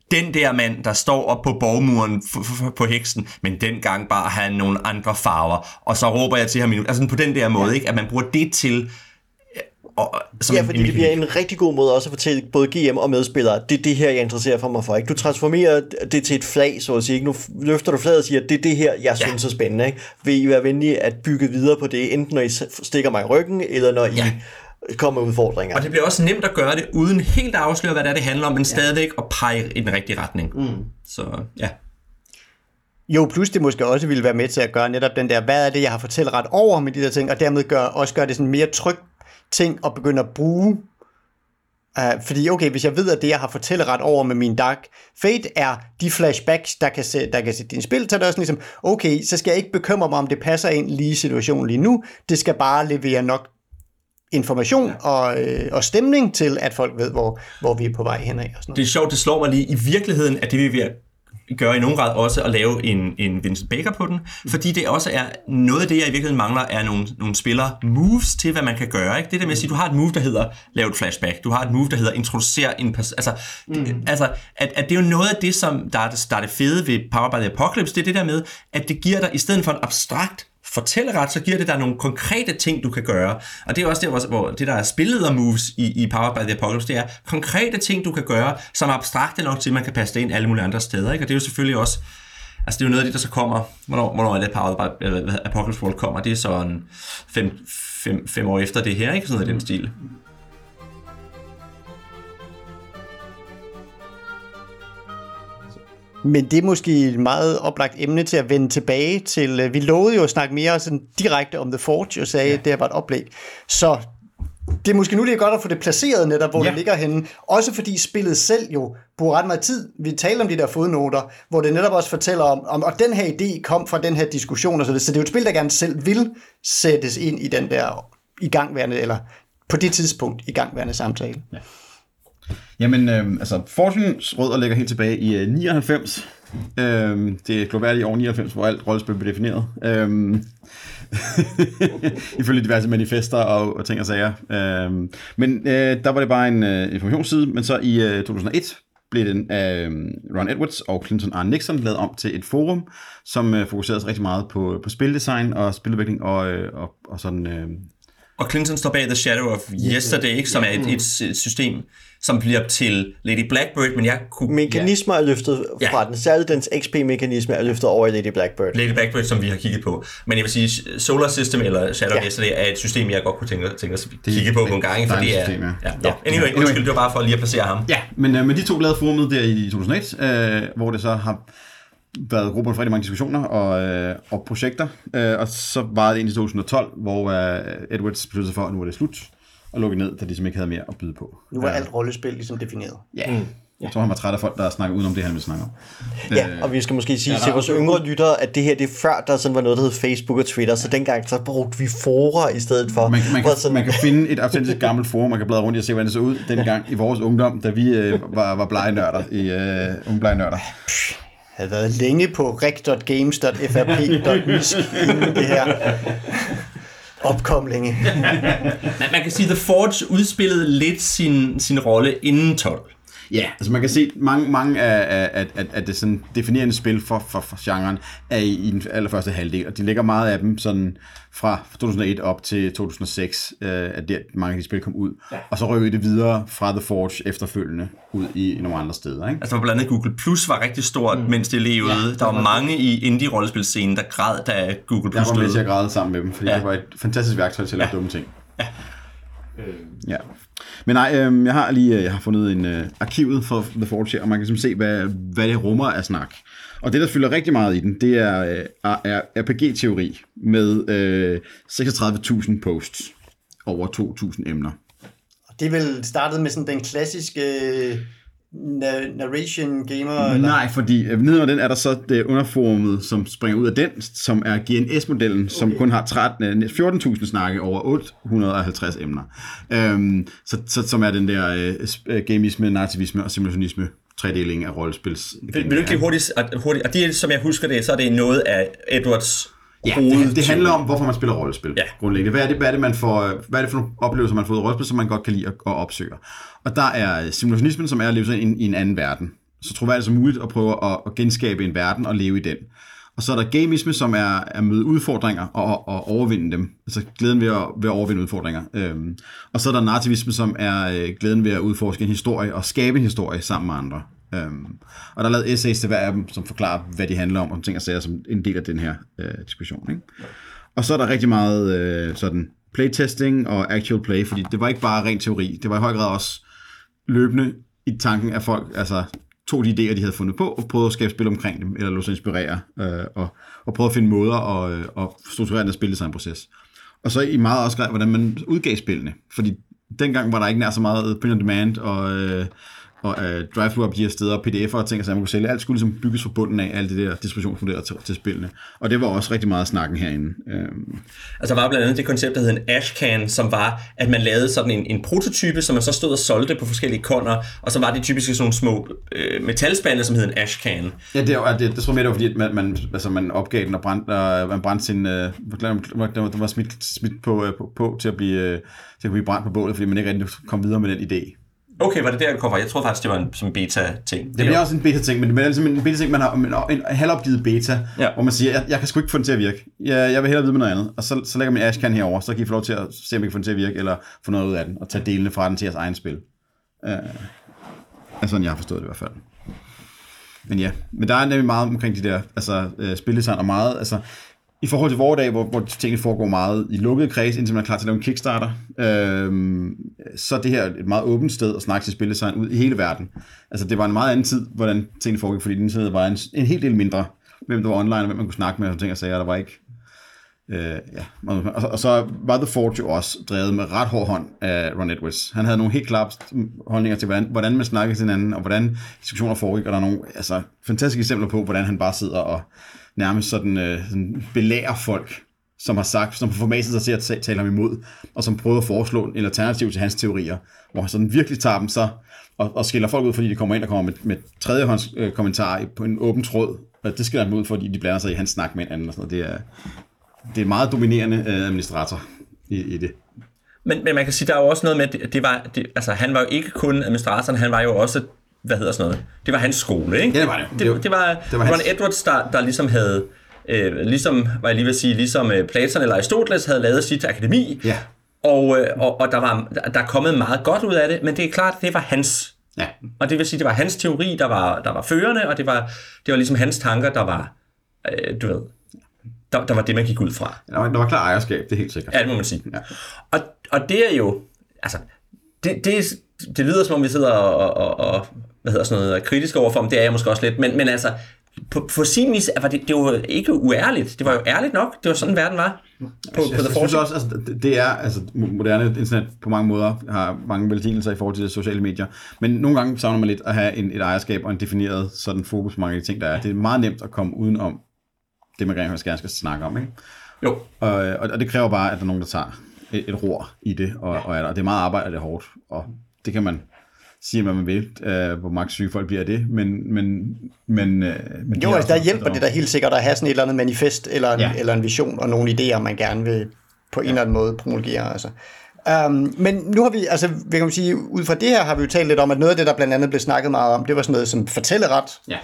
den der mand, der står op på borgmuren f- f- på heksen, men dengang bare har han nogle andre farver, og så råber jeg til ham, altså på den der måde, ja. ikke, at man bruger det til... Og, ja, fordi det bliver en rigtig god måde også at fortælle både G M og medspillere, det er det her, jeg interesserer for mig for. Ikke? Du transformerer det til et flag, så at sige. Ikke? Nu løfter du flaget og siger, det er det her, jeg synes ja. er spændende. Ikke? Vil I være venlige at bygge videre på det, enten når I stikker mig i ryggen, eller når I... Ja. kommer udfordringer. Og det bliver også nemt at gøre det, uden helt at afsløre, hvad det, er, det handler om, men ja. stadigvæk at pege i den rigtige retning. Mm. Så, ja. Jo, plus det måske også ville være med til at gøre netop den der, hvad er det, jeg har fortalt ret over med de der ting, og dermed gør, også gøre det sådan mere trygt ting at begynde at bruge. Uh, fordi okay, hvis jeg ved, at det, jeg har fortalt ret over med min Dark Fate, er de flashbacks, der kan, se, der kan sætte din spil, så er det også ligesom, okay, så skal jeg ikke bekymre mig, om det passer ind lige i situationen lige nu. Det skal bare levere nok information og, øh, og stemning til, at folk ved, hvor, hvor vi er på vej henad. Og sådan noget. Det er sjovt, det slår mig lige i virkeligheden, at det vi vil gøre i nogen grad også at lave en, en Vincent Baker på den, fordi det også er noget af det, jeg i virkeligheden mangler, er nogle, nogle spillere moves til, hvad man kan gøre. Ikke? Det der med at sige, du har et move, der hedder lave et flashback, du har et move, der hedder introducere en person. Altså, mm. altså at, at det er jo noget af det, som der er det, der er det fede ved Powered by the Apocalypse, det er det der med, at det giver dig, i stedet for en abstrakt fortælleret, så giver det dig nogle konkrete ting, du kan gøre. Og det er også der, hvor det der er spilleder moves i, i Powered by the Apocalypse, det er konkrete ting, du kan gøre, som er abstrakte nok til, at man kan passe det ind alle mulige andre steder. Ikke? Og det er jo selvfølgelig også, altså det er jo noget af det, der så kommer, hvornår, hvornår er det Powered by eller, Apocalypse World kommer, det er sådan fem, fem, fem år efter det her, ikke? Sådan noget i den stil. Men det er måske et meget oplagt emne til at vende tilbage til. Vi lovede jo at snakke mere sådan direkte om The Forge, og sagde, ja. at det her var et oplæg. Så det er måske nu, det er godt at få det placeret netop, hvor ja. det ligger henne. Også fordi spillet selv jo bruger ret meget tid. Vi taler om de der fodnoter, hvor det netop også fortæller om, om og den her idé kom fra den her diskussion og så videre. Så det er jo et spil, der gerne selv vil sættes ind i den der igangværende, eller på det tidspunkt igangværende samtale. Ja. Jamen, øh, altså, Fortunes rødder ligger helt tilbage i øh, nioghalvfems. Øh, det er globalt år nioghalvfems, hvor alt rollespil blev defineret. Øh, ifølge diverse manifester og, og ting og sager. Øh, men øh, der var det bare en øh, informationsside, men så i øh, to tusind og et blev den af øh, Ron Edwards og Clinton R. Nixon lavet om til et forum, som øh, fokuserede rigtig meget på, på spildesign og spiludvikling og, øh, og, og sådan... Øh, Og Clinton står bag The Shadow of Yesterday, ikke, som er et, et, et system, som bliver til Lady Blackbird, men jeg kunne... Mekanismer ja. er løftet fra ja. den, særligt dens X P-mekanisme er løftet over i Lady Blackbird. Lady Blackbird, som vi har kigget på. Men jeg vil sige, Solar System eller Shadow ja. of Yesterday er et system, jeg godt kunne tænke, tænke os at kigge på nogle gange, for det er... System, ja. Ja. Ja. Anyway, undskyld, det var bare for lige at placere ham. Ja, men, øh, men de to lavede forumet der i to tusind og et, øh, hvor det så har været grupper for rigtig mange diskussioner og, øh, og projekter, øh, og så var det ind i to tusind og tolv, hvor øh, Edwards besluttede sig for, at nu var det slut, og lukkede ned, da de simpelthen ikke havde mere at byde på. Nu var alt rollespil ligesom defineret. Ja, mm. jeg tror, han var træt af folk, der snakker udenom det, han ville snakke om. Ja, og vi skal måske sige ja, til vores yngre lyttere, at det her, det er før, der sådan var noget, der hed Facebook og Twitter, så dengang så brugte vi fora i stedet for. Man, man, kan, sådan... man kan finde et autentisk gammelt forum, man kan bladre rundt i og se, hvordan det så ud dengang i vores ungdom, da vi øh, var, var blegenørder i øh, ungblegenørder. havde været længe på rec punktum games punktum f r p punktum misk inden det her opkom længe. Man, man kan sige, at The Forge udspillede lidt sin, sin rolle inden tolv. Ja, altså man kan se, mange, mange af, af, af, af det sådan definerende spil for, for, for genren er i, i den allerførste halvdel, og de ligger meget af dem sådan fra to tusind og et op til to tusind og seks, øh, at der, mange af de spil kom ud, ja. Og så rykkede det videre fra The Forge efterfølgende ud i nogle andre steder. Ikke? Altså blandt andet Google Plus var rigtig stort, mm. mens det levede. Ja, der var mange i indie-rollespilscenen, der græd, da Google Plus Jeg var med til at græde sammen med dem, fordi ja. det var et fantastisk værktøj til at lave ja. dumme ting. Ja. Ja. Men nej, øh, jeg har lige jeg har fundet en øh, arkivet for The Forge her, og man kan simpelthen se, hvad, hvad det rummer af snak. Og det, der fylder rigtig meget i den, det er, øh, er R P G-teori med øh, seksogtredive tusind posts over to tusind emner. Og det er vel startet med sådan den klassiske øh, narration gamer? Eller? Nej, fordi øh, nedenunder den er der så det underforumet, som springer ud af den, som er G N S-modellen, okay. som kun har tretten, fjorten tusind snakke over otte hundrede og halvtreds emner. Øhm, så, så, som er den der øh, gamisme, narrativisme og simulationisme tredeling af rollespils. Vil, vil du ikke lige hurtigt, hurtigt, og det, som jeg husker det, så er det noget af Edwards ja, det, det handler om, hvorfor man spiller rollespil, ja. grundlæggende. Hvad er det, hvad er det, man får, hvad er det for nogle oplevelser, man får ud af rollespil, som man godt kan lide at, at opsøge? Og der er simulationismen, som er at leve sig ind i en anden verden, så troværdigt som muligt at prøve at, at genskabe en verden og leve i den. Og så er der gamisme, som er at møde udfordringer og, og overvinde dem. Altså glæden ved at, ved at overvinde udfordringer. Øhm, og så er der narrativisme, som er øh, glæden ved at udforske en historie og skabe en historie sammen med andre. Øhm, og der er lavet essays til hver af dem, som forklarer, hvad de handler om, og ting og sager som en del af den her øh, diskussion. Ikke? Og så er der rigtig meget øh, sådan playtesting og actual play, fordi det var ikke bare ren teori. Det var i høj grad også løbende i tanken af folk, altså tog de idéer, de havde fundet på, og prøvede at skabe spil omkring dem, eller lade sig inspirere, øh, og, og prøvede at finde måder at, at strukturere den spildesignproces. Og så i meget også, hvordan man udgav spillene, fordi dengang var der ikke nær så meget print on demand, og, øh, og uh, drive-thru op de her steder, P D F'er og ting, så man kunne sælge. Alt skulle ligesom bygges fra bunden af, alt det der distributionsmodeller til, til spillene. Og det var også rigtig meget snakken herinde. Øhm. Altså der var blandt andet det koncept, der hed en ashcan, som var, at man lavede sådan en, en prototype, som man så stod og solgte på forskellige kunder, og så var det typisk sådan nogle små øh, metalspande, som hed en ashcan. Ja, det, det, det, det tror jeg mere, det var fordi, at man, man, altså, man opgav den og brændte, og man brændte sin, øh, den var smidt, smidt på, på, på til, at blive, øh, til at blive brændt på bålet, fordi man ikke rigtig kom videre med den idé. Okay, var det der, det kom fra? Jeg troede faktisk, det var en som beta-ting. Det, det bliver også en beta-ting, men det er ligesom en beta-ting, man har en, en halvopgivet beta, ja. Hvor man siger, jeg, jeg kan sgu ikke få den til at virke. Jeg, jeg vil hellere vide med noget andet. Og så, så lægger man ashcan herover, så kan I få lov til at se, om I kan få den til at virke, eller få noget ud af den, og tage delene fra den til jeres egen spil. Uh, altså sådan, jeg har forstået det i hvert fald. Men ja, men der er nemlig meget omkring de der altså, uh, spildesign, og meget, altså, i forhold til vores dag, hvor, hvor tingene foregår meget i lukkede kreds, indtil man er klar til at lave en Kickstarter, øhm, så er det her et meget åbent sted at snakke til spildesign ud i hele verden. Altså det var en meget anden tid, hvordan tingene foregik, fordi internet var en, en helt del mindre, hvem der var online, og hvem man kunne snakke med, og ting og sager, der var ikke. Øh, ja. og, og, og så var The Forge jo også drevet med ret hård hånd af Ron Edwards. Han havde nogle helt klare holdninger til, hvordan, hvordan man snakkede til hinanden, og hvordan diskussioner foregik, og der er nogle altså, fantastiske eksempler på, hvordan han bare sidder og nærmest sådan, øh, sådan belærer folk, som har sagt, som har formatet sig til at tale ham imod, og som prøver at foreslå en alternativ til hans teorier, hvor han sådan virkelig tager dem så, og, og skiller folk ud, fordi de kommer ind og kommer med, med tredjehånds øh, kommentarer på en åben tråd, og det skiller dem ud, fordi de blander sig i hans snak med en anden, og sådan noget. Det er, det er en meget dominerende øh, administrator i, i det. Men, men man kan sige, der er jo også noget med, det, det var, det, altså han var jo ikke kun administratoren, han var jo også, hvad hedder sådan noget, det var hans skole, ikke? Ja, det var det. Det, det var, det var Ron Edwards, der, der ligesom havde, øh, ligesom, hvad jeg lige vil sige, ligesom øh, Platon eller Aristoteles havde lavet sit akademi, ja. og, øh, og, og der var der er kommet meget godt ud af det, men det er klart, det var hans, ja. Og det vil sige, det var hans teori, der var, der var førende, og det var, det var ligesom hans tanker, der var, øh, du ved, Der, der var det, man gik ud fra. Der var, der var klar ejerskab, det er helt sikkert. Ja, det må man sige. Ja. Og, og det er jo, altså, det, det, det lyder som om vi sidder og, og, og hvad hedder sådan noget, kritisk overfor dem, det er jeg måske også lidt, men, men altså, på, på sin vis var det, det var ikke uærligt, det var jo ærligt nok, det var sådan verden var. På, jeg, på jeg, jeg synes også, altså, det, det er, altså, moderne internet på mange måder har mange velsignelser i forhold til de sociale medier, men nogle gange savner man lidt at have en, et ejerskab og en defineret sådan fokus på mange af de ting, der er. Det er meget nemt at komme udenom det, man gerne skal, skal snakke om, ikke? Jo. Og, og, og det kræver bare, at der er nogen, der tager et, et ror i det, og, og, og det er meget arbejde, og det er hårdt, og det kan man sige, hvad man vil, uh, hvor maks syge folk bliver det, men... men, men, uh, men jo, altså der hjælper det der helt sikkert at have sådan et eller andet manifest, eller en, ja. eller en vision, og nogle idéer, man gerne vil på en ja. eller anden måde promulgere, altså. Um, men nu har vi, altså vi kan sige, ud fra det her har vi jo talt lidt om, at noget af det, der blandt andet blev snakket meget om, det var sådan noget som fortælleret,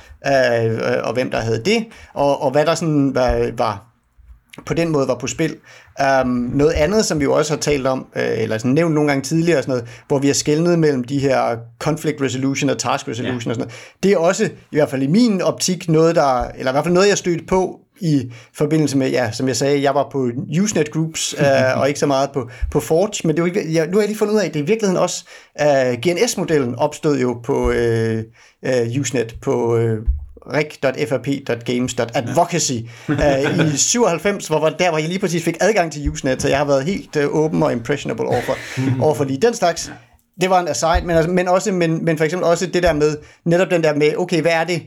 ja. øh, og hvem der havde det, og, og hvad der sådan var, var på den måde var på spil. Um, noget andet, som vi jo også har talt om, øh, eller sådan nævnt nogle gange tidligere, og sådan noget, hvor vi har skelnet mellem de her conflict resolution og task resolution ja. og sådan noget, det er også, i hvert fald i min optik, noget der, eller i hvert fald noget, jeg stødte på i forbindelse med, ja, som jeg sagde, jeg var på Usenet Groups, øh, og ikke så meget på, på Forge, men det var ikke, jeg, nu har jeg lige fundet ud af, at det i virkeligheden også, øh, G N S-modellen opstod jo på øh, øh, Usenet, på øh, rec punktum f r p punktum games punktum advocacy øh, i syvoghalvfems, hvor der hvor jeg lige præcis fik adgang til Usenet, så jeg har været helt øh, åben og impressionable overfor, overfor lige den slags. Det var en aside, men, men, også, men, men for eksempel også det der med, netop den der med, okay, hvad er det,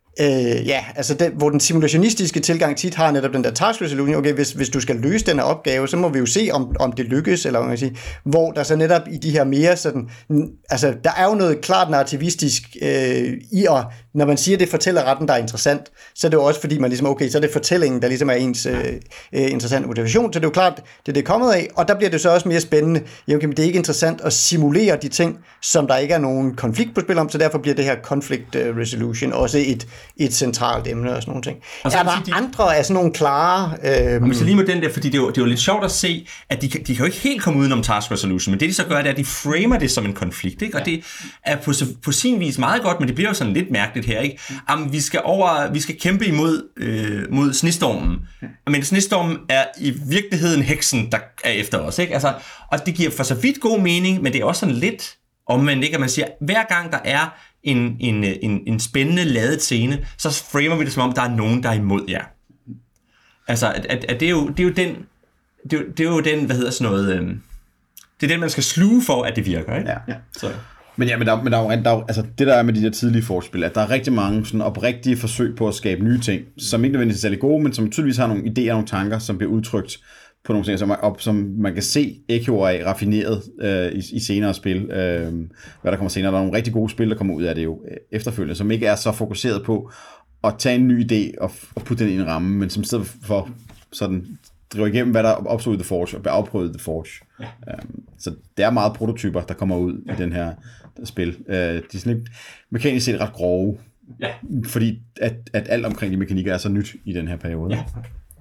Øh, ja, altså den, hvor den simulationistiske tilgang tit har netop den der task resolution, okay, hvis, hvis du skal løse den her opgave, så må vi jo se, om, om det lykkes, eller hvad man kan sige, hvor der så netop i de her mere sådan, altså der er jo noget klart narrativistisk øh, i, og når man siger, det er fortællerretten, der er interessant, så er det jo også fordi, man ligesom, okay, så er det fortællingen, der ligesom er ens øh, øh, interessante motivation, så det er jo klart, det er det kommet af, og der bliver det så også mere spændende, ja, okay, men det er ikke interessant at simulere de ting, som der ikke er nogen konflikt på spil om, så derfor bliver det her conflict resolution også et et centralt emne og sådan nogle ting. Og så er der sige, de... andre af sådan nogle klare... Øh... Hvis jeg lige med den der, fordi det er, jo, det er jo lidt sjovt at se, at de, de kan jo ikke helt komme udenom task resolution, men det de så gør, det er, at de framer det som en konflikt, ikke? Og ja. Det er på, på sin vis meget godt, men det bliver jo sådan lidt mærkeligt her, ikke? Jamen, vi skal over, vi skal kæmpe imod øh, mod snestormen, men snestormen er i virkeligheden heksen, der er efter os, ikke? Altså, og det giver for så vidt god mening, men det er også sådan lidt omvendt, ikke? At man siger, hver gang der er En, en, en, en spændende ladet scene, så framer vi det som om, der er nogen, der er imod jer. Altså, at, at, at det, er jo, det er jo den, det er jo, det er jo den, hvad hedder sådan noget, øh, det er den, man skal sluge for, at det virker, ikke? Ja, ja. Så. Men ja, men der, men der, der, der altså det der er med de der tidlige forspil, at der er rigtig mange sådan oprigtige forsøg på at skabe nye ting, som ikke nødvendigvis er særlig gode, men som tydeligvis har nogle idéer og nogle tanker, som bliver udtrykt på nogle ting, som, op, som man kan se ekkoer af raffineret øh, i, i senere spil. Øh, hvad der kommer senere. Der er nogle rigtig gode spil, der kommer ud af det jo efterfølgende, som ikke er så fokuseret på at tage en ny idé og, og putte den i en ramme, men som stedet for sådan driver igennem, hvad der opstod i The Forge, og bliver afprøvet i The Forge. Ja. Øh, så det er meget prototyper, der kommer ud ja. i den her spil. Øh, de er sådan lidt mekanisk set ret grove, ja. fordi at, at alt omkring de mekanikker er så nyt i den her periode. Ja.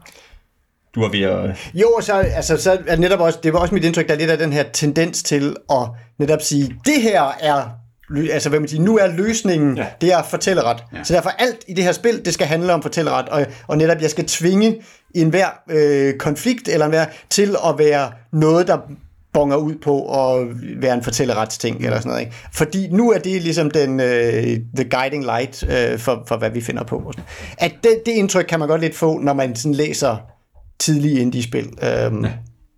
Du er ved at... Jo, så, altså, så er netop også, det var også mit indtryk, der er lidt af den her tendens til at netop sige, det her er, altså hvad man siger, nu er løsningen, ja. det er fortælleret. Ja. Så derfor alt i det her spil, det skal handle om fortælleret, og, og netop jeg skal tvinge enhver øh, konflikt eller enhver til at være noget, der bonger ud på at være en fortælleretsting, mm. eller sådan noget, ikke? Fordi nu er det ligesom den, uh, the guiding light uh, for, for, hvad vi finder på. At det, det indtryk kan man godt lidt få, når man sådan læser tidlige indie-spil. Um, ja.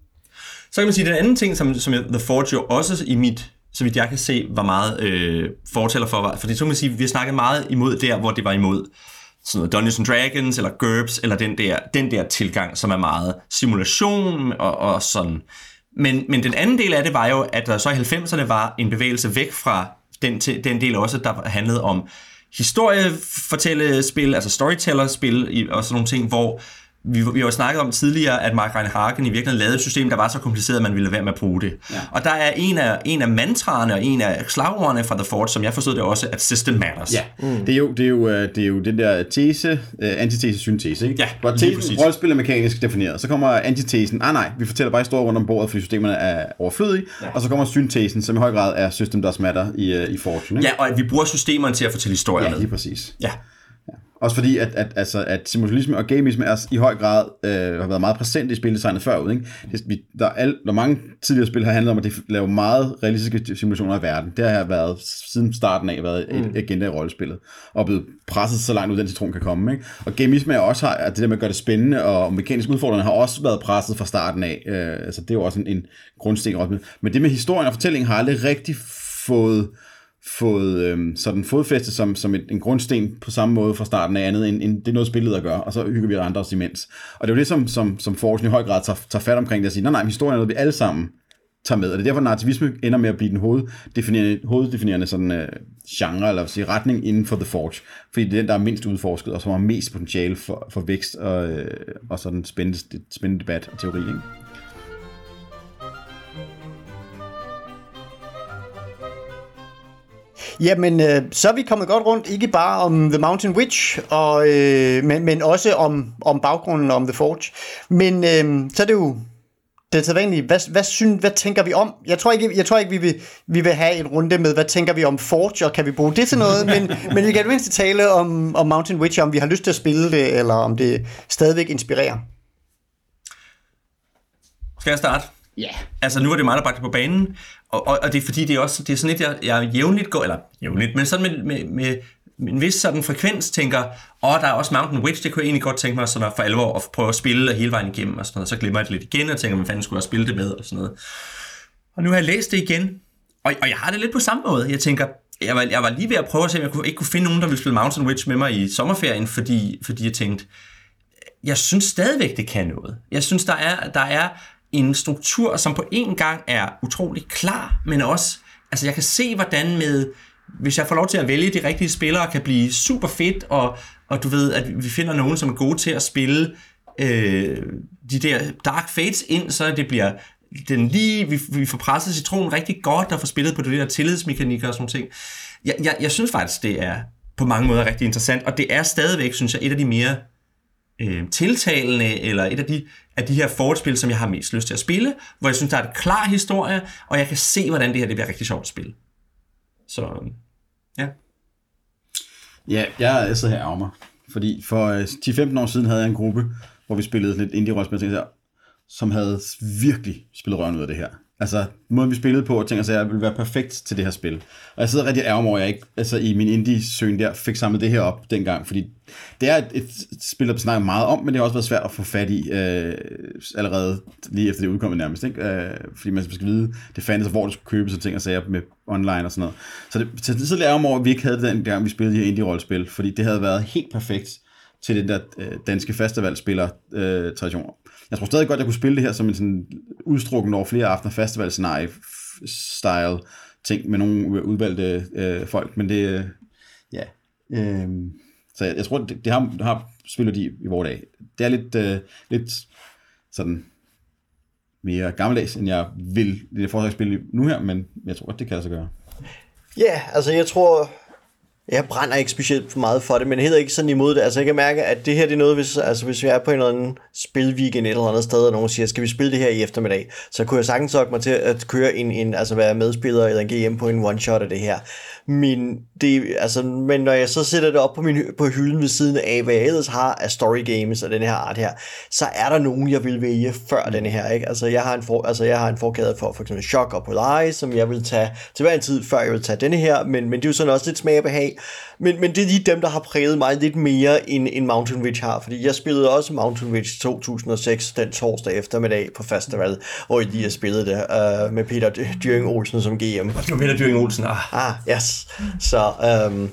Så kan man sige, den anden ting, som, som The Forge jo også i mit, så vidt jeg kan se, var meget øh, fortæller for, var, fordi så kan man sige, vi har snakket meget imod der, hvor det var imod sådan noget Dungeons and Dragons, eller GURPS, eller den der, den der tilgang, som er meget simulation, og, og sådan. Men, men den anden del af det var jo, at der så i halvfemserne var en bevægelse væk fra den, til, den del også, der handlede om historiefortællespil, altså storytellerspil, og sådan nogle ting, hvor Vi, vi har jo snakket om tidligere, at Mark Reine-Hagen i virkeligheden lavede et system, der var så kompliceret, at man ville være med at bruge det. Ja. Og der er en af, en af mantraerne og en af slagordene fra The Forge, som jeg forstod det også, at system matters. Ja, mm. det, er jo, det, er jo, det er jo den der tese, antitese, syntese, ikke? Ja, hvor tesen, rollespil er mekanisk defineret. Så kommer antitesen, ah nej, vi fortæller bare historier rundt om bordet, fordi systemerne er overflødige. Ja. Og så kommer syntesen, som i høj grad er system does matter i, i Forge. Ikke? Ja, og at vi bruger systemerne til at fortælle historier ja, med. Ja, lige præcis. Ja. Også fordi, at, at, altså, at simulativisme og gamisme er i høj grad øh, har været meget præsent i spildesignet før. Ikke? Det, der, er al, der mange tidligere spil har handlet om, at de laver meget realistiske simulationer af verden. Det har været siden starten af været et mm. agenda i rollespillet, og blevet presset så langt ud, den citron kan komme. Ikke? Og gamisme er også, at det der med at gøre det spændende og mekanisk udfordrende har også været presset fra starten af. Øh, altså, det er jo også en, en grundsten. Men det med historien og fortællingen har aldrig rigtig fået fået øhm, sådan fodfæste som, som et, en grundsten på samme måde fra starten af andet, end, end det er noget spillet at gøre, og så hygger vi andre os imens. Og det er jo det, som, som, som Forge i høj grad tager, tager fat omkring det og siger, nej, nej, historien er noget, vi alle sammen tager med, og det er derfor, narrativisme ender med at blive den hoveddefinerende, hoveddefinerende sådan, øh, genre, eller sige, retning inden for The Forge, fordi det er den, der er mindst udforsket, og som har mest potentiale for, for vækst og, øh, og sådan spændende, spændende debat og teori, ikke? Jamen, øh, så er vi kommet godt rundt, ikke bare om The Mountain Witch, og, øh, men, men også om, om baggrunden om The Forge. Men øh, så er det jo det sædvanlige. Hvad, hvad, synes, hvad tænker vi om? Jeg tror ikke, jeg tror ikke vi, vil, vi vil have en runde med, hvad tænker vi om Forge, og kan vi bruge det til noget? Men, men vi kan jo mindst tale om, om Mountain Witch, om vi har lyst til at spille det, eller om det stadigvæk inspirerer. Skal jeg starte? Ja. Yeah. Altså, nu er det mig, der bragte på banen, og, og, og det er fordi, det er også det er sådan lidt, jeg, jeg jævnligt går, eller jævnligt, men sådan med, med, med, med en vis sådan frekvens tænker, åh, der er også Mountain Witch, det kunne jeg egentlig godt tænke mig sådan for alvor at prøve at spille hele vejen igennem, og sådan noget. Så glemmer jeg det lidt igen, og tænker, hvad fanden skulle jeg spille det med, og sådan noget. Og nu har jeg læst det igen, og, og jeg har det lidt på samme måde. Jeg tænker, jeg var, jeg var lige ved at prøve at se, om jeg kunne, ikke kunne finde nogen, der ville spille Mountain Witch med mig i sommerferien, fordi, fordi jeg tænkte, jeg synes stadigvæk, det kan noget. Jeg synes, der er, der er en struktur, som på en gang er utrolig klar, men også, altså jeg kan se, hvordan med, hvis jeg får lov til at vælge de rigtige spillere, kan blive super fedt, og, og du ved, at vi finder nogen, som er gode til at spille øh, de der Dark Fates ind, så det bliver den lige, vi, vi får presset citronen rigtig godt, og får spillet på de der tillidsmekanikker og sådan ting. Jeg, jeg, jeg synes faktisk, det er på mange måder rigtig interessant, og det er stadigvæk, synes jeg, et af de mere øh, tiltalende, eller et af de, af de her forspil, som jeg har mest lyst til at spille, hvor jeg synes, der er et klar historie, og jeg kan se, hvordan det her det bliver rigtig sjovt at spille. Så, ja. Ja, jeg er så her af mig, fordi for ti til femten år siden havde jeg en gruppe, hvor vi spillede lidt indie-rollespil, som havde virkelig spillet røven ud af det her. Altså, måden vi spillede på, og tænkte sig, at jeg ville være perfekt til det her spil. Og jeg sidder rigtig ærger over, at jeg ikke altså, i min indie-søgen der fik samlet det her op dengang, fordi det er et, et spil, der snakker meget om, men det har også været svært at få fat i øh, allerede lige efter det udkommet nærmest, ikke? Øh, fordi man skal vide, det fandtes, hvor det skulle købes og ting og sager med online og sådan noget. Så det, så det sidder ærger over, at vi ikke havde det den gang, vi spillede de her indie-rollespil, fordi det havde været helt perfekt til den der øh, danske festivalspiller-traditioner. Jeg tror stadig godt, jeg kunne spille det her som en sådan udstrukken over flere aftener festival-scenarie-style ting med nogle udvalgte øh, folk, men det, øh, ja. Øh, så jeg, jeg tror, det, det, har, det har spillet de i vores dag. Det er lidt, øh, lidt sådan mere gammeldags, end jeg vil det forsøge at spille nu her, men jeg tror godt, det kan lade sig gøre. Ja, yeah, altså jeg tror... Jeg brænder ikke specielt meget for det, men heller ikke sådan imod det. Altså jeg kan mærke, at det her det er noget, hvis, altså, hvis vi er på en eller anden spilweekend et eller andet sted, og nogen siger, skal vi spille det her i eftermiddag, så kunne jeg sagtens nok mig til at køre en, en altså være medspiller eller en G M på en one-shot af det her. Men, det, altså, men når jeg så sætter det op på, min, på hylden ved siden af, hvad jeg ellers har af story games og den her art her, så er der nogen, jeg vil vælge før mm. denne her. Ikke? Altså jeg har en, for, altså, jeg har en forkæde for for eksempel Shock og Polaris, som jeg vil tage til hver en tid, før jeg vil tage denne her, men, men det er jo sådan også lidt smag og behag. Men, men det er lige dem, der har præget mig lidt mere, end, end Mountain Witch har. Fordi jeg spillede også Mountain Witch to tusind og seks den torsdag eftermiddag på festival, hvor jeg lige spillede det uh, med Peter Djøring Olsen som G M. Med Peter Djøring Olsen, ah. Ah, yes. Så, um,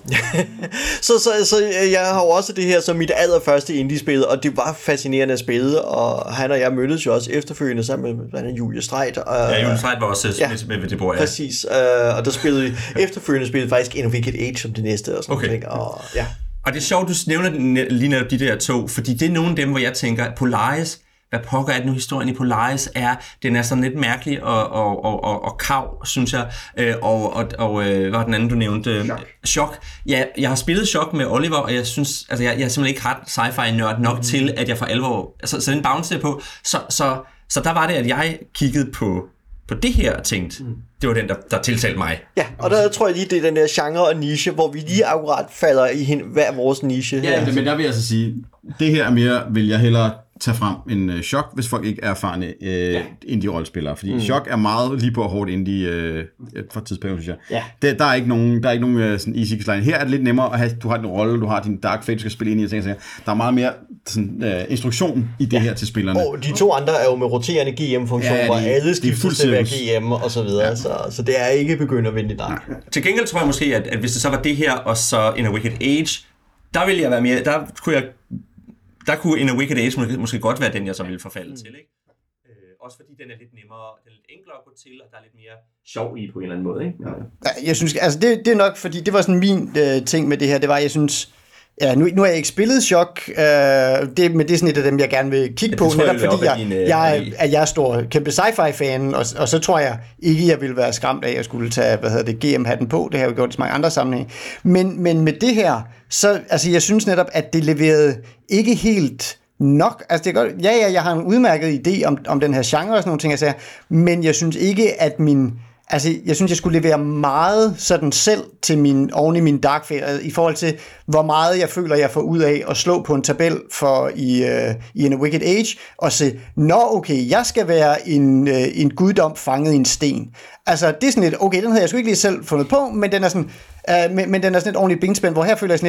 så, så, så jeg har jo også det her som mit allerførste indie-spil, og det var fascinerende at spille, og han og jeg mødtes jo også efterfølgende sammen med blandt andet Julie Streit. Uh, ja, Julie Streit var også ja, med ved det bord, ja. Præcis, uh, og der spillede vi efterfølgende spillede faktisk In a Wicked Age som det næste, og sådan okay. ting, og ja. Og det er sjovt, du nævner lige netop de der to, fordi det er nogle af dem, hvor jeg tænker, Polaris, hvad pokker er det nu, historien i Polaris er, den er sådan lidt mærkelig og, og, og, og, og kav, synes jeg, og, og, og hvad var den anden, du nævnte? Chok. Chok. Ja, jeg har spillet Chok med Oliver, og jeg synes, altså jeg, jeg er simpelthen ikke ret sci-fi-nørd nok mm. til, at jeg for alvor, altså så den bounce der på, så, så, så der var det, at jeg kiggede på på det her og tænkte, mm. det var den, der, der tiltalte mig. Ja, og der tror jeg lige, det er den der genre og niche, hvor vi lige akkurat falder i hin, hver vores niche. Ja, men der vil jeg altså sige, det her mere vil jeg hellere tage frem en uh, Chok, hvis folk ikke er erfarne uh, ja. indie-rollespillere. Fordi mm. Chok er meget lige på hårdt indie uh, for tidsperiode, synes jeg. Ja. Der, der er ikke nogen, der er ikke nogen uh, sådan easy line. Her er det lidt nemmere at have, du har en rolle, du har din Dark Fate, du skal spille ind i, og ting, der er meget mere sådan, uh, instruktion i det ja. her til spillerne. Og de to andre er jo med roterende G M-funktioner, ja, ja, hvor alle skifter til at være G M og så videre, ja. så, så det er ikke begyndervenligt nok. Til gengæld tror jeg måske, at, at hvis det så var det her, og så In a Wicked Age, der ville jeg være mere, der kunne jeg Der kunne In a Wicked Age måske, måske godt være den, jeg så ville forfalde til, ikke? Øh, også fordi den er lidt nemmere, den er lidt enklere at gå til, og der er lidt mere sjov i på en eller anden måde, ikke? Ja. Jeg synes, altså det, det er nok, fordi det var sådan min øh, ting med det her, det var, jeg synes, ja, nu, nu har jeg ikke spillet Chok, øh, det, men det er sådan et af dem, jeg gerne vil kigge ja, på, netop fordi jeg, din, øh, jeg, er, jeg er stor kæmpe sci-fi-fan, og, og så tror jeg ikke, jeg ville være skræmt af, at jeg skulle tage, hvad hedder det, G M-hatten på, det har jeg jo gjort i så mange andre sammenhænge, men, men med det her, så, altså jeg synes netop, at det leverede ikke helt nok, altså det er godt, ja, ja, jeg har en udmærket idé om, om den her genre og sådan nogle ting, jeg siger, men jeg synes ikke, at min, altså jeg synes, jeg skulle levere meget sådan selv til min, oven i min Dark Fate, i forhold til, hvor meget jeg føler, jeg får ud af at slå på en tabel for i, uh, i In a Wicked Age, og se, nå okay, jeg skal være en, uh, en guddom fanget i en sten. Altså det er sådan lidt, okay, den havde jeg sgu ikke lige selv fundet på, men den er sådan, uh, men, men den er sådan et ordentligt benspænd, hvor her føler jeg sådan lidt,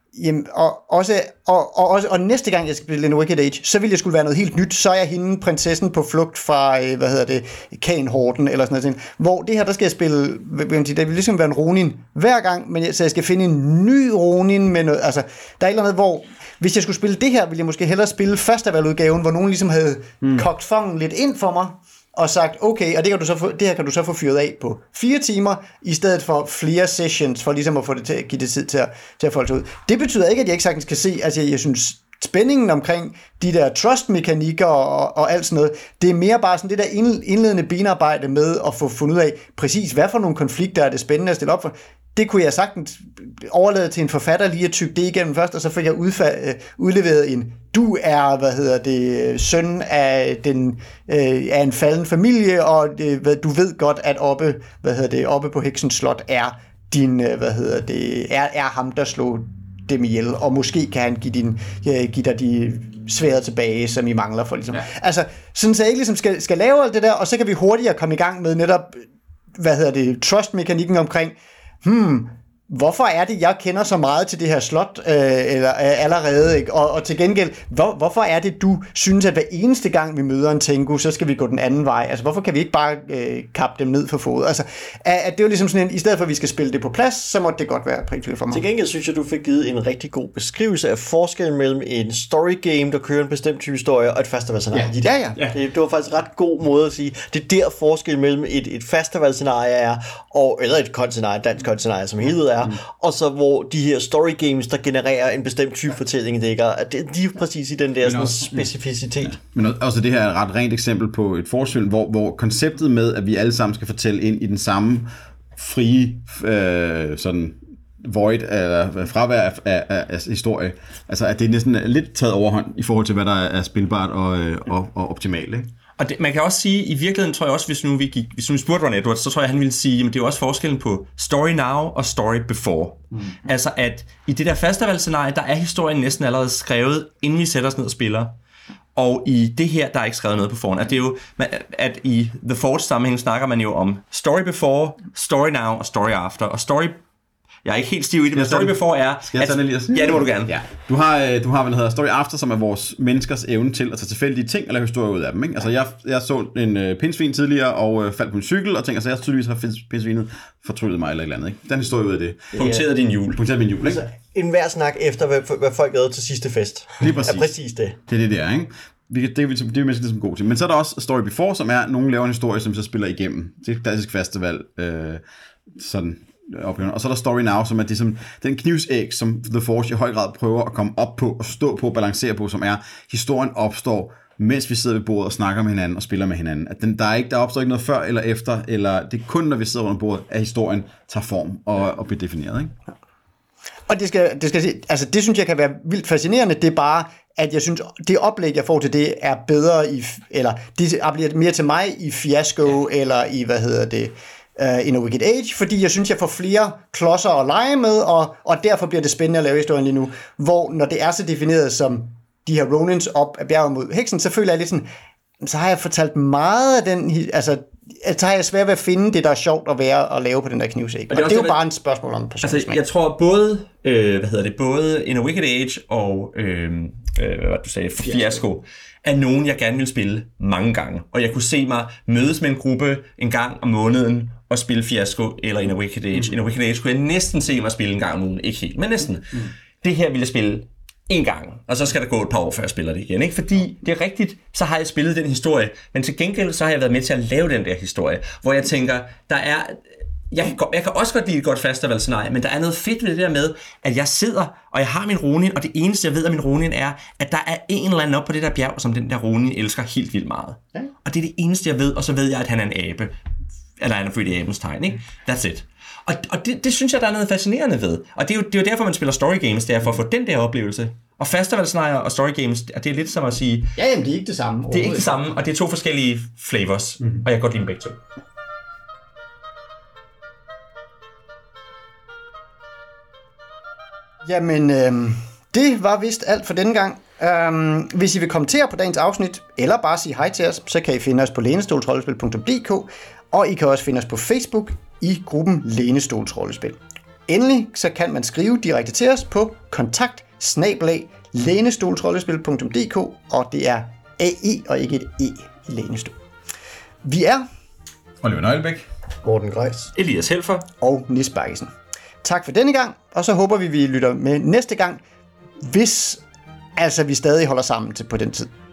Jamen, og, også, og, og, også, og næste gang jeg skal spille en Wicked Age, så vil jeg skulle være noget helt nyt. Så er jeg hende, prinsessen på flugt fra, øh, hvad hedder det, Khan-horden, eller sådan noget. Hvor det her, der skal jeg spille, det vil ligesom være en Ronin hver gang, men jeg, så jeg skal finde en ny Ronin med noget, altså, der er et eller andet, hvor, hvis jeg skulle spille det her, ville jeg måske hellere spille førstevalgudgaven, hvor nogen ligesom havde mm. kogt fangen lidt ind for mig, og sagt, okay, og det, kan du så få, det her kan du så få fyret af på fire timer, i stedet for flere sessions, for ligesom at få det til at give det tid til at, til at folde sig ud. Det betyder ikke, at jeg ikke sagtens kan se, altså jeg, jeg synes, spændingen omkring de der trust-mekanikker og, og alt sådan noget, det er mere bare sådan det der indledende benarbejde med at få fundet ud af, præcis hvad for nogle konflikter er det spændende at stille op for. Det kunne jeg sagtens overlade til en forfatter lige at tygge det igennem først, og så fik jeg udfa- udleveret en, du er, hvad hedder det, søn af, den, øh, af en falden familie, og det, du ved godt, at oppe, hvad hedder det, oppe på Heksens Slot er din, hvad hedder det, er, er ham, der slog dem ihjel, og måske kan han give, din, give dig de sværd tilbage, som I mangler for ligesom. Ja. Altså, sådan så jeg ikke ligesom skal, skal lave alt det der, og så kan vi hurtigere komme i gang med netop, hvad hedder det, trust-mekanikken omkring, hmm, hvorfor er det, jeg kender så meget til det her slot øh, eller, øh, allerede, ikke? Og, og til gengæld, hvor, hvorfor er det, du synes, at hver eneste gang, vi møder en Tengu, så skal vi gå den anden vej? Altså, hvorfor kan vi ikke bare øh, kappe dem ned for fod? Altså, at, at det er jo ligesom sådan en, i stedet for, at vi skal spille det på plads, så må det godt være princippet for mig. Til gengæld synes jeg, du fik givet en rigtig god beskrivelse af forskellen mellem en story game, der kører en bestemt type historie, og et festivalscenarie. Ja, ja, ja. Det, det var faktisk en ret god måde at sige, det er der forskellen mellem et, et festivalscenarie er, og, eller et kontscenarie, dansk kontscenarie, som helhed er, mm. og så hvor de her story games, der genererer en bestemt type fortælling, det ikke er, de er præcis i den der sådan, også, specificitet. Ja. Men også det her er et ret rent eksempel på et forskning, hvor, hvor konceptet med, at vi alle sammen skal fortælle ind i den samme frie øh, sådan void, eller fravær af, af, af, af historie, altså at det er næsten lidt taget overhånd i forhold til, hvad der er spilbart og, og, og optimalt, ikke? Og det, man kan også sige, i virkeligheden tror jeg også, hvis nu vi, gik, hvis nu vi spurgte Ron Edwards, så tror jeg, han ville sige, at det er jo også forskellen på story now og story before. Mm. Altså at i det der festivalscenarie, der er historien næsten allerede skrevet, inden vi sætter os ned og spiller. Og i det her, der er ikke skrevet noget på forhånd. At det er jo, at i The Forge sammenhæng snakker man jo om story before, story now og story after. Og story, jeg er ikke helt stiv i det, men story before er... Skal jeg tage den, Elias? Ja, det må du gerne. Ja. Du har, du har, hvad der hedder, story after, som er vores menneskers evne til at tage tilfældige ting, eller historier ud af dem, ikke? Altså, jeg, jeg så en uh, pindsvin tidligere, og uh, faldt på en cykel, og tænkte, altså, jeg tydeligvis har pindsvinet fortrydet mig, eller et eller andet, ikke? Den historie ud af det. Punkteret din jul. Punkteret min jul, ikke? Altså, en hver snak efter, hvad, hvad folk lavede til sidste fest. Lige præcis. Er præcis det. Det er det, der, ikke? Vi, det, er vi, det er vi mennesker ligesom gode til. Men så er der også story before, som er, nogen laver en historie, som så spiller igennem. Det er klassisk festival, øh, sådan... Og så er der story now, som er det, som, den knivsæg, som The Forge i høj grad prøver at komme op på, og stå på, og balancere på, som er, historien opstår, mens vi sidder ved bordet og snakker med hinanden og spiller med hinanden. At den, der, er ikke, der opstår ikke noget før eller efter, eller det er kun, når vi sidder under bordet, at historien tager form og, og bliver defineret. Ikke? Og det, skal, det, skal, altså det synes jeg kan være vildt fascinerende, det er bare, at jeg synes, det oplæg, jeg får til det, er bedre i, eller det appellerer mere til mig i Fiasco, ja. Eller i, hvad hedder det, Uh, in a Wicked Age, fordi jeg synes, jeg får flere klodser at lege med, og, og derfor bliver det spændende at lave historien lige nu, hvor når det er så defineret som de her Ronins op af bjerget mod heksen, så føler jeg lidt sådan, så har jeg fortalt meget af den, altså, så har jeg svært ved at finde det, der er sjovt at være og lave på den der knivsæg. Og, og det er, det er jo bare et spørgsmål om personlig altså, jeg tror både, øh, hvad hedder det, både In a Wicked Age og, øh, øh, hvad du sagde, Fiasco, er nogen, jeg gerne vil spille mange gange. Og jeg kunne se mig mødes med en gruppe en gang om måneden og spille Fiasco eller In a Wicked Age. Mm. In a Wicked Age kunne jeg næsten se mig spille en gang om ugen. Ikke helt, men næsten. Mm. Det her vil jeg spille en gang, og så skal der gå et par år, før jeg spiller det igen. Ikke? Fordi det er rigtigt, så har jeg spillet den historie, men til gengæld så har jeg været med til at lave den der historie, hvor jeg tænker, der er... Jeg kan, jeg kan også godt lide et godt festivalscenarie, men der er noget fedt ved det der med, at jeg sidder, og jeg har min Ronin, og det eneste, jeg ved af min Ronin, er, at der er en eller anden op på det der bjerg, som den der Ronin elsker helt vildt meget. Ja. Og det er det eneste, jeg ved, og så ved jeg, at han er en abe. Eller han er født i abens tegn, ikke? That's it. Og, og det, det synes jeg, der er noget fascinerende ved. Og det er, jo, det er jo derfor, man spiller story games, det er for at få den der oplevelse. Og festivalscenarier og story games, det er lidt som at sige... Ja, jamen, det er ikke det samme. Det er ikke det samme, og det er to forskellige flavors, mm-hmm. og jeg kan godt lide dem begge to. Jamen, øh, det var vist alt for denne gang. Um, hvis I vil kommentere på dagens afsnit, eller bare sige hej til os, så kan I finde os på lænestolsrollespil punktum d k, og I kan også finde os på Facebook i gruppen Lænestolsrollespil. Endelig så kan man skrive direkte til os på kontakt snabel-a lænestolsrollespil punktum d k, og det er A I og ikke et E i lænestol. Vi er Oliver Nøglebæk, Morten Greis, Elias Helfer. og Nis Bakkesen. Tak for denne gang, og så håber vi, vi lytter med næste gang, hvis altså vi stadig holder sammen til på den tid.